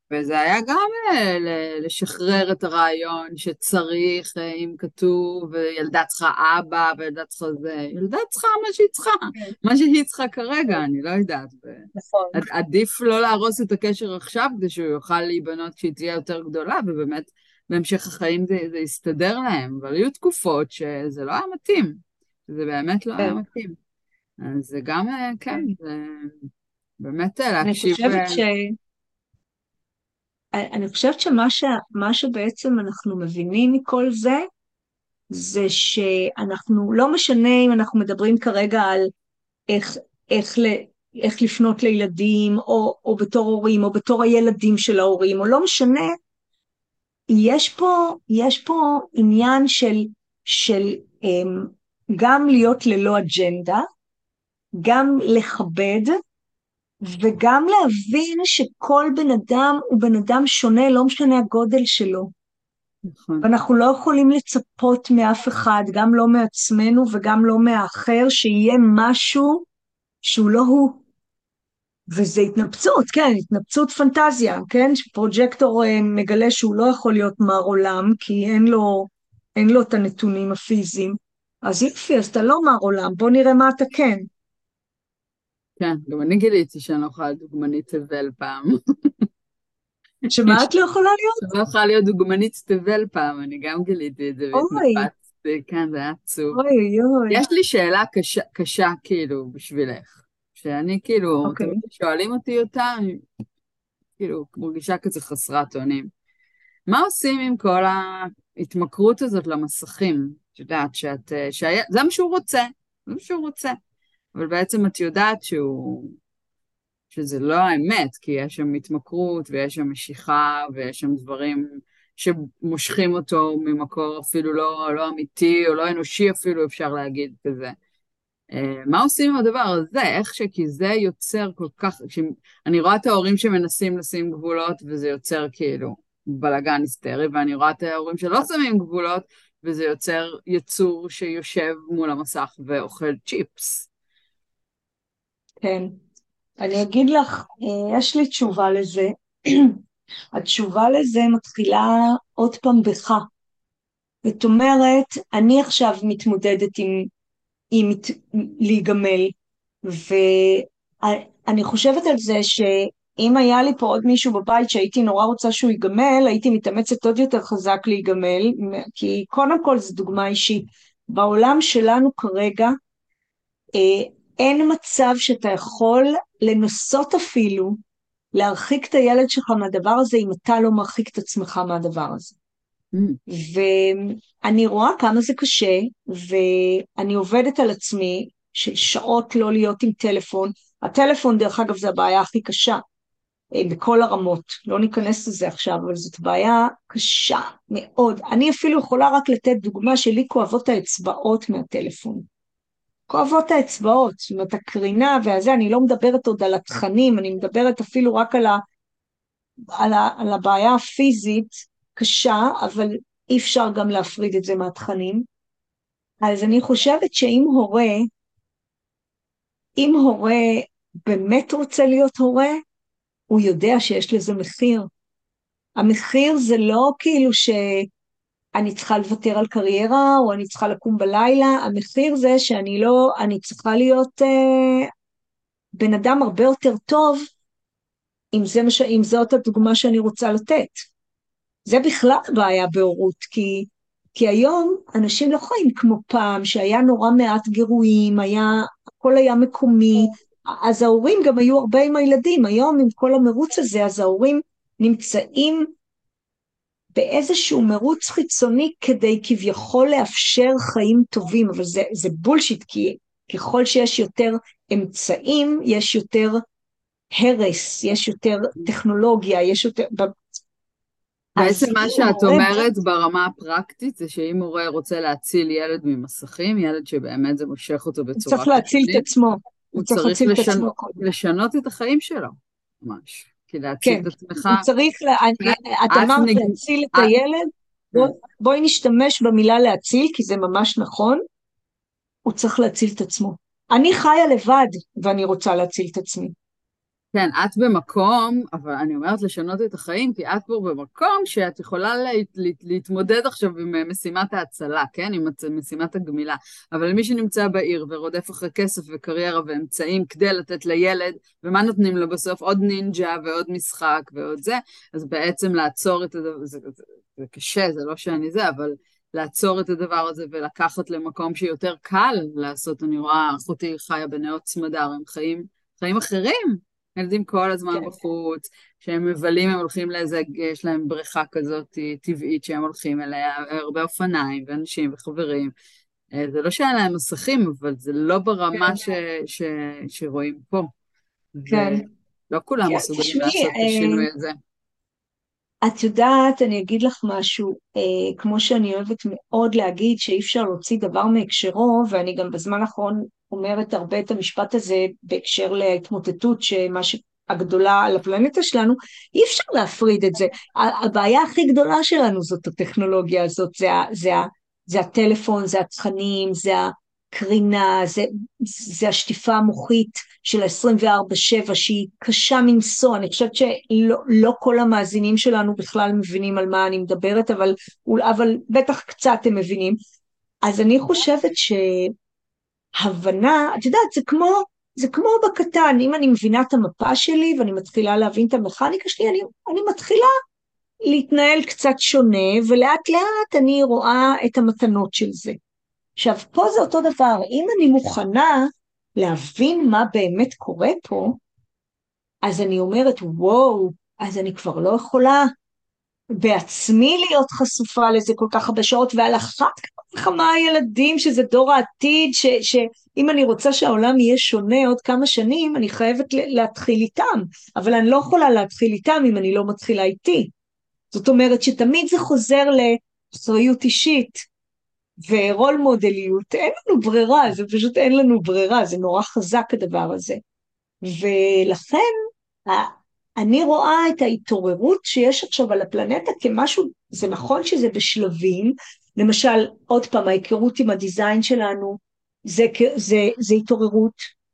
וזה היה גם לשחרר את הרעיון שצריך, אם כתוב, ילדה צריכה אבא, וילדה צריכה זה, ילדה צריכה מה שהיא צריכה, כן, מה שהיא צריכה כרגע, אני לא יודעת. נכון. עדיף לא להרוס את הקשר עכשיו, כדי שהוא יוכל להיבנות כשהיא תהיה יותר גדולה, ובאמת בהמשך החיים זה יסתדר להם, אבל היו תקופות שזה לא היה מתאים, זה באמת לא היה כן, מתאים. אז זה גם, כן, כן. זה באמת אני להקשיב, חושבת ש... אני חושבת מה שבעצם אנחנו מבינים מכל זה, זה שאנחנו, לא משנה אם אנחנו מדברים כרגע על איך, איך, ל, איך לפנות לילדים, או בתור הורים, או בתור הילדים של ההורים, או לא משנה, יש פה עניין של גם להיות ללא אג'נדה, גם לכבד, וגם להבין שכל בן אדם הוא בן אדם שונה, לא משנה הגודל שלו. נכון, ואנחנו לא יכולים לצפות מאף אחד, גם לא מעצמנו וגם לא מהאחר, שיהיה משהו שהוא לא הוא. וזה התנפצות, כן, התנפצות פנטזיה, כן? שפרוג'קטור מגלה שהוא לא יכול להיות מר עולם, כי אין לו את הנתונים הפיזיים. אז יופי, אז אתה לא מר עולם, בוא נראה מה אתה כן. כן, גם אני גיליתי שאני לא יכולה להיות דוגמנית תבל פעם. שמה את לא יכולה להיות? שאני לא יכולה להיות דוגמנית תבל פעם, אני גם גיליתי את זה אוי, והתנפצתי, כן, זה היה עצוב. אוי, אוי. יש לי שאלה קשה כאילו בשבילך, שאני כאילו, אוקיי, תמיד שואלים אותי אותה, אני כאילו מרגישה כזה חסרת אונים. מה עושים עם כל ההתמכרות הזאת למסכים? את יודעת, זה מה שהוא רוצה, זה מה שהוא רוצה. אבל בעצם את יודעת שזה לא האמת, כי יש שם התמכרות ויש שם משיכה ויש שם דברים שמושכים אותו ממקור אפילו לא אמיתי או לא אנושי אפילו אפשר להגיד כזה. מה עושים עם הדבר הזה? כי זה יוצר כל כך, אני רואה את ההורים שמנסים לשים גבולות וזה יוצר כאילו בלגן היסטרי, ואני רואה את ההורים שלא שמים גבולות וזה יוצר יצור שיושב מול המסך ואוכל צ'יפס. כן. אני אגיד לך, יש לי תשובה לזה. התשובה לזה מתחילה עוד פעם בך. זאת אומרת, אני עכשיו מתמודדת עם להיגמל, ואני חושבת על זה שאם היה לי פה עוד מישהו בבית שהייתי נורא רוצה שהוא ייגמל, הייתי מתאמצת עוד יותר חזק להיגמל, כי קודם כל זו דוגמה אישית. בעולם שלנו כרגע, אין מצב שאתה יכול לנסות אפילו להרחיק את הילד שלך מהדבר הזה, אם אתה לא מרחיק את עצמך מהדבר הזה. Mm, ואני רואה כמה זה קשה, ואני עובדת על עצמי, של שעות לא להיות עם טלפון. הטלפון, דרך אגב, זה הבעיה הכי קשה, בכל הרמות. לא ניכנס לזה עכשיו, אבל זאת בעיה קשה מאוד. אני אפילו יכולה רק לתת דוגמה שלי כואבות האצבעות מהטלפון. כואבות האצבעות, זאת אומרת, הקרינה והזה, אני לא מדברת עוד על התכנים, אני מדברת אפילו רק על הבעיה הפיזית קשה, אבל אי אפשר גם להפריד את זה מהתכנים. אז אני חושבת אם הורה באמת רוצה להיות הורה, הוא יודע שיש לזה מחיר. המחיר זה לא כאילו שאני צריכה לוותר על קריירה, או אני צריכה לקום בלילה, המחיר זה שאני לא, אני צריכה להיות בן אדם הרבה יותר טוב, אם זאת הדוגמה שאני רוצה לתת. זה בכלל בעיה בהורות, כי היום אנשים לא חיים כמו פעם, שהיה נורא מעט גירויים, הכל היה מקומי, אז ההורים גם היו הרבה עם הילדים, היום עם כל המרוץ הזה, אז ההורים נמצאים באיזשהו מרוץ חיצוני, כדי כביכול לאפשר חיים טובים, אבל זה בולשיט, כי ככל שיש יותר אמצעים, יש יותר הרס, יש יותר טכנולוגיה, יש יותר... בעצם אז מה אם שאת ההורה אומרת ברמה הפרקטית זה שאם הורה רוצה להציל ילד ממסכים, ילד שבאמת זה מושך אותו הוא בצורה צריך להציל את קיצונית, עצמו, הוא הוא צריך צריך להציל את עצמו קודם. לשנות את החיים שלו, ממש. כי להציל כן, את עצמך, הוא צריך, את את אמרת נג... להציל את את- הילד, בואי נשתמש במילה להציל, כי זה ממש נכון, הוא צריך להציל את עצמו. אני חיה לבד, ואני רוצה להציל את עצמי. כן, את במקום, אבל אני אומרת לשנות את החיים, כי את פה במקום שאת יכולה להתמודד עכשיו עם משימת ההצלה, כן? עם משימת הגמילה. אבל מי שנמצא בעיר ורודף אחרי כסף וקריירה ואמצעים כדי לתת לילד, ומה נותנים לו בסוף? עוד נינג'ה ועוד משחק ועוד זה, אז בעצם לעצור את הדבר, זה קשה, זה לא שאני זה, אבל לעצור את הדבר הזה ולקחת למקום שיותר קל לעשות. אני רואה, אחותי חיה בנאות סמדר, הם חיים אחרים. ילדים כל הזמן כן, בחוץ, כשהם מבלים הם הולכים לאיזה, יש להם בריכה כזאת טבעית שהם הולכים אליה, הרבה אופניים ואנשים וחברים. זה לא שאין להם מסכים, אבל זה לא ברמה כן, ש, שרואים פה, כן. ולא כולם כן, מסוגלים תשמעי, לעשות את השינוי הזה. את יודעת, אני אגיד לך משהו, כמו שאני אוהבת מאוד להגיד שאי אפשר להוציא דבר מהקשרו, ואני גם בזמן האחרון אומרת הרבה את המשפט הזה בהקשר להתמוטטות הגדולה על הפלנטה שלנו, אי אפשר להפריד את זה. הבעיה הכי גדולה שלנו זאת הטכנולוגיה הזאת, זה הטלפון, זה התכנים, זה הקרינה, זה השטיפה המוחית של ה-24/7 שהיא קשה מנשוא. אני חושבת שלא כל המאזינים שלנו בכלל מבינים על מה אני מדברת, אבל בטח קצת הם מבינים. אז אני חושבת שהבנה, את יודעת, זה כמו בקטן, אם אני מבינה את המפה שלי ואני מתחילה להבין את המכניקה שלי, אני מתחילה להתנהל קצת שונה, ולאט לאט אני רואה את המתנות של זה. עכשיו, פה זה אותו דבר, אם אני מוכנה להבין מה באמת קורה פה, אז אני אומרת, וואו, אז אני כבר לא יכולה בעצמי להיות חשופה לזה כל כך הרבה שעות, ועל אחת כמה הילדים, שזה דור העתיד, שאם אני רוצה שהעולם יהיה שונה עוד כמה שנים, אני חייבת להתחיל איתם, אבל אני לא יכולה להתחיל איתם אם אני לא מתחילה איתי. זאת אומרת שתמיד זה חוזר לאחריות אישית, ורול מודליות, אין לנו ברירה, זה פשוט אין לנו ברירה, זה נורא חזק הדבר הזה. ולכן אני רואה את ההתעוררות שיש עכשיו על הפלנטה כמשהו, זה נכון שזה בשלבים, למשל, עוד פעם, ההיכרות עם הדיזיין שלנו, זה התעוררות,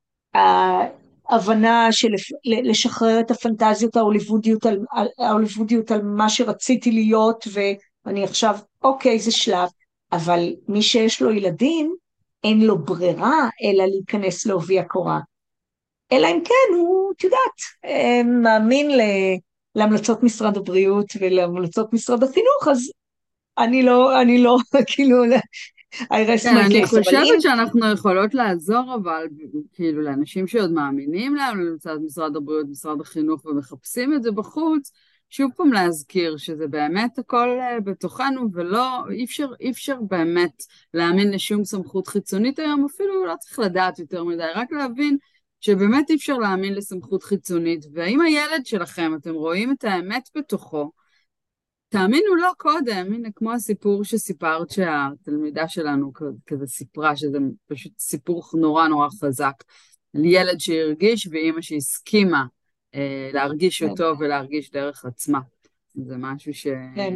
ההבנה של לשחרר את הפנטזיות ההוליוודיות על מה שרציתי להיות, ואני עכשיו, אוקיי, זה שלב, אבל מי שיש לו ילדים, אין לו ברירה אלא להיכנס לעובי הקורה. אלא אם כן הוא, את יודעת, מאמין להמלצות משרד הבריאות ולהמלצות משרד החינוך, אז אני לא, כאילו, I rest כן, my אני case, אבל אם, חושבת שאנחנו יכולות לעזור, אבל כאילו לאנשים שעוד מאמינים לנו, למצוא משרד הבריאות, משרד החינוך, ומחפשים את זה בחוץ, שוב פעם להזכיר שזה באמת הכל בתוכנו, ולא, אי אפשר באמת להאמין לשום סמכות חיצונית היום, אפילו לא צריך לדעת יותר מדי, רק להבין שבאמת אי אפשר להאמין לסמכות חיצונית, והאם הילד שלכם, אתם רואים את האמת בתוכו, תאמינו לו קודם, הנה כמו הסיפור שסיפרת שהתלמידה שלנו כזה סיפרה, שזה פשוט סיפור נורא נורא חזק, על ילד שהרגיש ואימא שהסכימה להרגיש כן, אותו ולהרגיש דרך עצמה. זה משהו כן,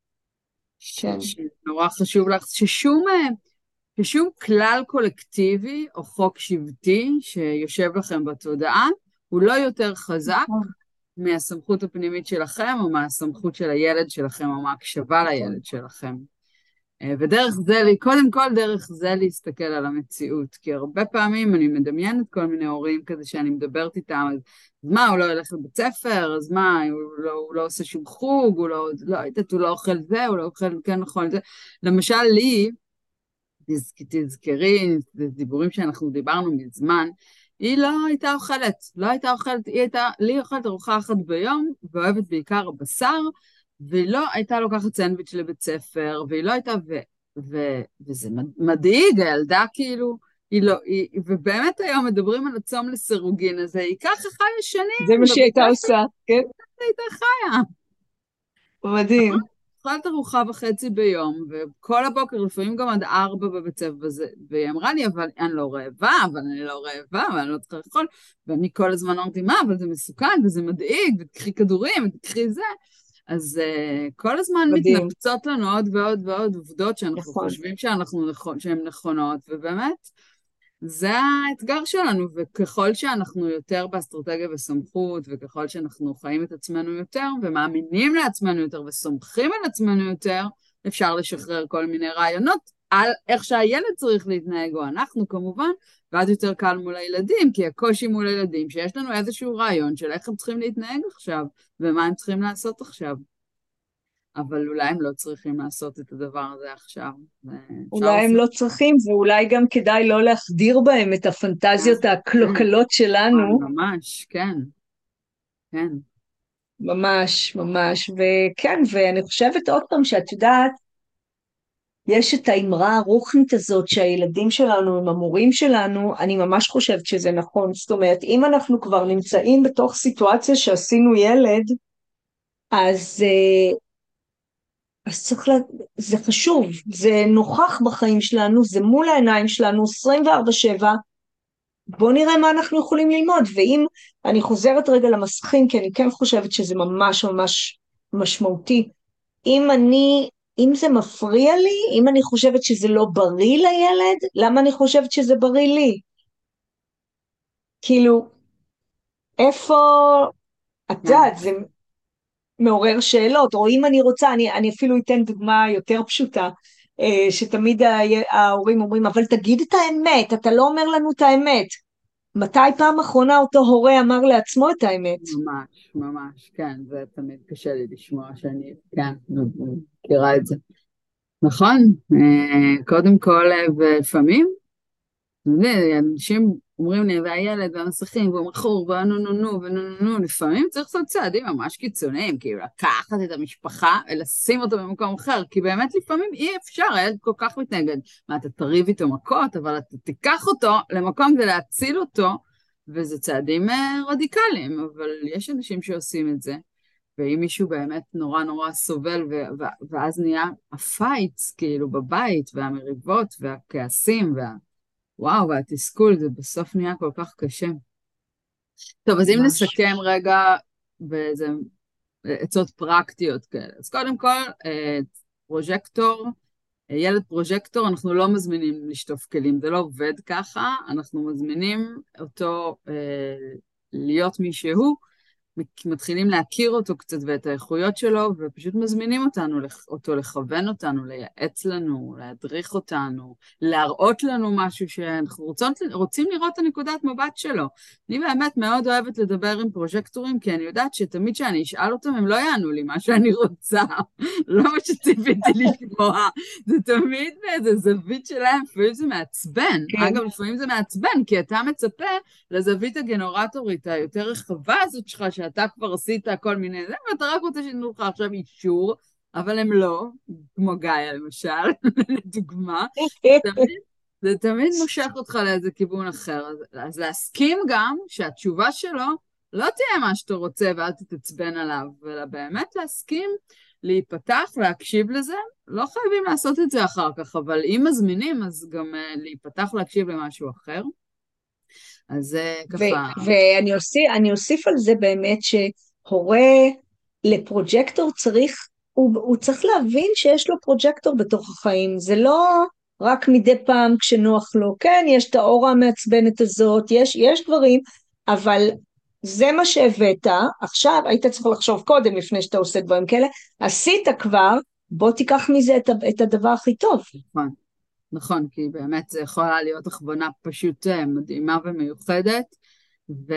כן, שנורא חשוב לך, ששום כלל קולקטיבי או חוק שבטי שיושב לכם בתודעה, הוא לא יותר חזק נכון, מהסמכות הפנימית שלכם, או מהסמכות של הילד שלכם, או מההקשבה נכון, לילד שלכם. ודרך זה, קודם כל דרך זה להסתכל על המציאות, כי הרבה פעמים אני מדמיינת כל מיני הורים כזה שאני מדברת איתם, אז מה, הוא לא ילך לבית ספר, אז מה, הוא לא עושה שום חוג, לא יודעת, הוא לא אוכל זה, הוא לא אוכל, כן נכון, זה. למשל לי, תזכרי, זה דיבורים שאנחנו דיברנו מזמן, היא לא הייתה אוכלת, היא הייתה, לי אוכלת ארוחה אחת ביום, ואוהבת בעיקר בשר, והיא לא הייתה לוקחת סנדוויץ' לבית ספר, והיא לא הייתה, וזה מדאיג, הילדה כאילו, ובאמת היום מדברים על הצום לסירוגין הזה, היא ככה חיה זה שנים, מה שהיא הייתה וביקשת עושה, כן, הייתה חיה. מדהים, אוכלת ארוחה וחצי ביום, וכל הבוקר, לפעמים גם עד 4 בבית ספר, והיא אמרה לי, אבל אני לא רעבה, ואני לא צריכה לאכול, ואני כל הזמן אמרתי, מה, אבל זה מסוכן, וזה מדאיג, ותקחי כדורים, ותקחי זה. אז כל הזמן מדהים, מתנפצות לנו עוד ועוד ועוד עובדות שאנחנו נכון, חושבים שהן נכונות, ובאמת, זה האתגר שלנו, וככל שאנחנו יותר באסטרטגיה וסמכות, וככל שאנחנו חיים את עצמנו יותר, ומאמינים לעצמנו יותר, וסומכים על עצמנו יותר, אפשר לשחרר כל מיני רעיונות על איך שהילד צריך להתנהג, או אנחנו כמובן, ואז יותר קל מול הילדים, כי הקושי מול הילדים, שיש לנו איזשהו רעיון של איך הם צריכים להתנהג עכשיו, ומה הם צריכים לעשות עכשיו. אבל אולי הם לא צריכים לעשות את הדבר הזה עכשיו. ואפשר אולי הם לעשות לא צריכים, ואולי גם כדאי לא להחדיר בהם את הפנטזיות כן, הקלוקלות שלנו. ממש, כן, כן. ממש, ממש. וכן, ואני חושבת עוד פעם שאת יודעת, יש את האמרה הרוחנית הזאת שהילדים שלנו הם המורים שלנו, אני ממש חושבת שזה נכון. זאת אומרת, אם אנחנו כבר נמצאים בתוך סיטואציה שעשינו ילד, אז, אז זה חשוב, זה נוכח בחיים שלנו, זה מול העיניים שלנו 24/7, בואו נראה מה אנחנו יכולים ללמוד. ואם אני חוזרת רגע למסכים, כי אני כן חושבת שזה ממש ממש משמעותי, אם זה מפריע לי, אם אני חושבת שזה לא בריא לילד, למה אני חושבת שזה בריא לי? כאילו, איפה, את כן. יודעת, זה מעורר שאלות, או אם אני רוצה, אני אפילו אתן דוגמה יותר פשוטה, שתמיד ההורים אומרים, אבל תגיד את האמת, אתה לא אומר לנו את האמת. מתי פעם אחרונה אותו הורה אמר לעצמו את האמת? ממש, ממש, כן, זה תמיד קשה לי לשמוע שאני, כן, מכירה את זה. נכון, קודם כל, ולפעמים, אתה יודע, אנשים אומרים לי, והילד, והמסכים, והוא מכור, והנו נו נו, ונו נו נו, לפעמים צריך לעשות צעדים ממש קיצוניים, כאילו לקחת את המשפחה ולשים אותו במקום אחר, כי באמת לפעמים אי אפשר, הילד כל כך מתנגד. מה, אתה תריב איתו מכות, אבל אתה תיקח אותו למקום כדי להציל אותו, וזה צעדים רדיקליים, אבל יש אנשים שעושים את זה, ואם מישהו באמת נורא נורא סובל, ואז נהיה הפייטס, כאילו, בבית, והמריבות, והכעסים, וואו, והתסכול, זה בסוף נהיה כל כך קשה. טוב, אז אם ממש. נסכם רגע באיזה עצות פרקטיות כאלה. אז קודם כל, פרוז'קטור, ילד פרוז'קטור, אנחנו לא מזמינים לשטוף כלים, זה לא עובד ככה, אנחנו מזמינים אותו להיות מי שהוא, מתחילים להכיר אותו קצת ואת האיכויות שלו, ופשוט מזמינים אותו לכוון אותנו, לייעץ לנו, להדריך אותנו, להראות לנו משהו שאנחנו רוצים לראות את הנקודת מבט שלו. אני באמת מאוד אוהבת לדבר עם פרוז'קטורים, כי אני יודעת שתמיד כשאני אשאל אותם, הם לא יענו לי מה שאני רוצה, לא מה שציפיתי לשמוע, זה תמיד באיזה זווית שלהם, לפעמים זה מעצבן. כן. אגב, לפעמים זה מעצבן, כי אתה מצפה לזווית הגנרטורית היותר רחבה הזאת שלך, שאתה כבר עשית כל מיני זה, ואתה רק רוצה שייתנו לך עכשיו אישור, אבל הם לא, כמו גיא למשל, לדוגמה, תמיד, זה תמיד מושך אותך לאיזה כיוון אחר. אז להסכים גם שהתשובה שלו לא תהיה מה שאתה רוצה ואל תתעצבן עליו, אלא באמת להסכים, להיפתח, להקשיב לזה, לא חייבים לעשות את זה אחר כך, אבל אם מזמינים, אז גם להיפתח להקשיב למשהו אחר. אז ככה, ואני אוסיף על זה באמת שהורה לפרוג'קטור צריך, הוא צריך להבין שיש לו פרוג'קטור בתוך החיים, זה לא רק מדי פעם כשנוח לו, כן, יש את האורה המעצבנת הזאת, יש דברים, אבל זה מה שהבאת, עכשיו היית צריך לחשוב קודם לפני שאתה עושה דברים כאלה, עשית כבר, בוא תיקח מזה את הדבר הכי טוב. נכון, נכון, כי באמת זה יכולה להיות הכוונה פשוט מדהימה ומיוחדת, ו...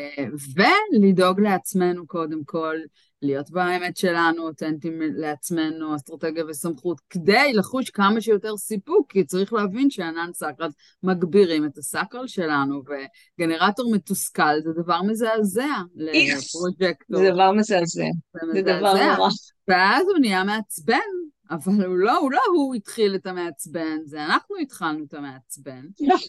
ולדאוג לעצמנו קודם כל, להיות באמת שלנו, אותנטיים לעצמנו, אסטרטגיה וסמכות, כדי לחוש כמה שיותר סיפוק, כי צריך להבין שענן סקרל מגבירים את הסקרל שלנו, וגנרטור מתוסכל זה דבר מזעזע איכס, זה לפרוג'קטור. דבר מזעזע, זה זה דבר מזעזע, נורא. ואז הוא נהיה מעצבן, אבל הוא התחיל את המעצבן, זה אנחנו התחלנו את המעצבן.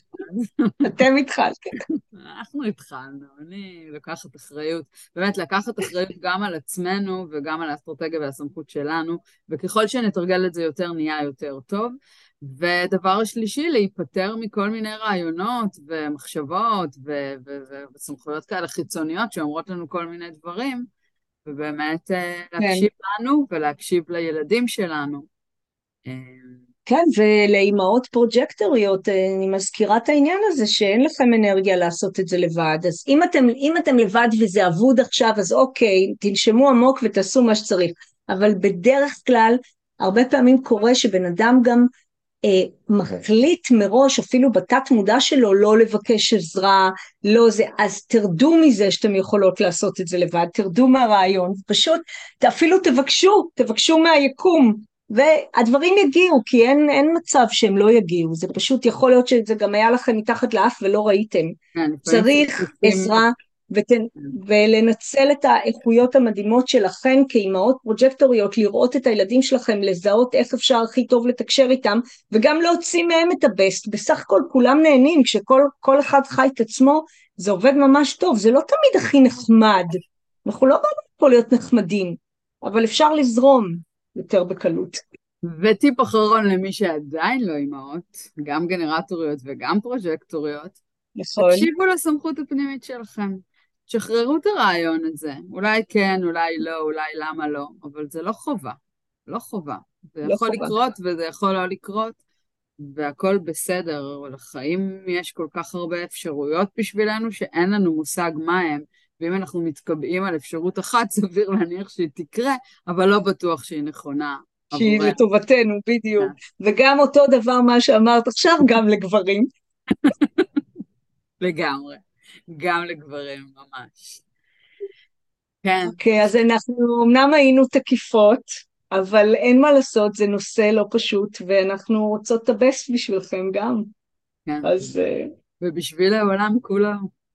אתם התחלתם. אנחנו התחלנו, אני לוקחת אחריות, באמת לקחת אחריות גם על עצמנו וגם על האסטרטגיה והסמכות שלנו, וככל שנתרגל את זה יותר נהיה יותר טוב. ודבר השלישי, להיפטר מכל מיני רעיונות ומחשבות וסמכויות כאלה חיצוניות שאומרות לנו כל מיני דברים, ובאמת כן, להקשיב לנו ולהקשיב לילדים שלנו. כן, ולאימהות פרוג'קטוריות, אני מזכירה את העניין הזה שאין לכם אנרגיה לעשות את זה לבד, אז אם אתם לבד וזה אבוד עכשיו, אז אוקיי, תנשמו עמוק ותעשו מה שצריך, אבל בדרך כלל, הרבה פעמים קורה שבן אדם גם מחליט מראש, אפילו בתת מודע שלו, לא לבקש עזרה, לא זה, אז תרדו מזה שאתם יכולות לעשות את זה לבד, תרדו מהרעיון, פשוט אפילו תבקשו מהיקום, והדברים יגיעו, כי אין מצב שהם לא יגיעו, זה פשוט יכול להיות שזה גם היה לכם מתחת לאף ולא ראיתם, כן, לפעמים צריך פספוסים. עזרה, ולנצל את האיכויות המדהימות שלכם כאימהות פרוג'קטוריות, לראות את הילדים שלכם, לזהות איך אפשר הכי טוב לתקשר איתם, וגם להוציא מהם את הבסט, בסך הכל כולם נהנים, כשכל אחד חי את עצמו, זה עובד ממש טוב, זה לא תמיד הכי נחמד, אנחנו לא באנו פה להיות נחמדים, אבל אפשר לזרום יותר בקלות. וטיפ אחרון למי שעדיין לא אימהות, גם גנרטוריות וגם פרוג'קטוריות, נכון. תקשיבו לסמכות הפנימית שלכם. שחררו את הרעיון הזה. אולי כן, אולי לא, אולי למה לא, אבל זה לא חובה. לא חובה. זה לא יכול חובה. לקרות וזה יכול לא לקרות, והכל בסדר. לחיים יש כל כך הרבה אפשרויות בשבילנו שאין לנו מושג מה הם, ואם אנחנו מתקבעים על אפשרות אחת, סביר להניח שהיא תקרה, אבל לא בטוח שהיא נכונה שהיא עבורנו. לטובתנו, בדיוק. וגם אותו דבר מה שאמרת עכשיו, גם לגברים. לגמרי. גם לגברים, ממש. כן. אוקיי, אז אנחנו אמנם היינו תקיפות, אבל אין מה לעשות, זה נושא לא פשוט, ואנחנו רוצות את הבסט בשבילכם גם. כן. אז ובשביל העולם כולו.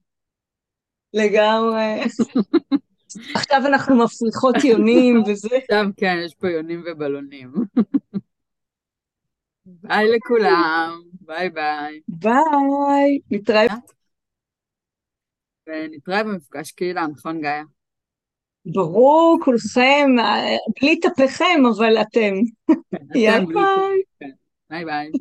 לגמרי. עכשיו אנחנו מפריחות יונים וזה. עכשיו כן, יש פה יונים ובלונים. ביי לכולם, ביי ביי. ביי, נתראה. ונתראה במפגש קהילה, נכון גאיה? ברור, כולכם, בלי טפכם, אבל אתם. אתם יאללה בלי... ביי. כן. ביי ביי.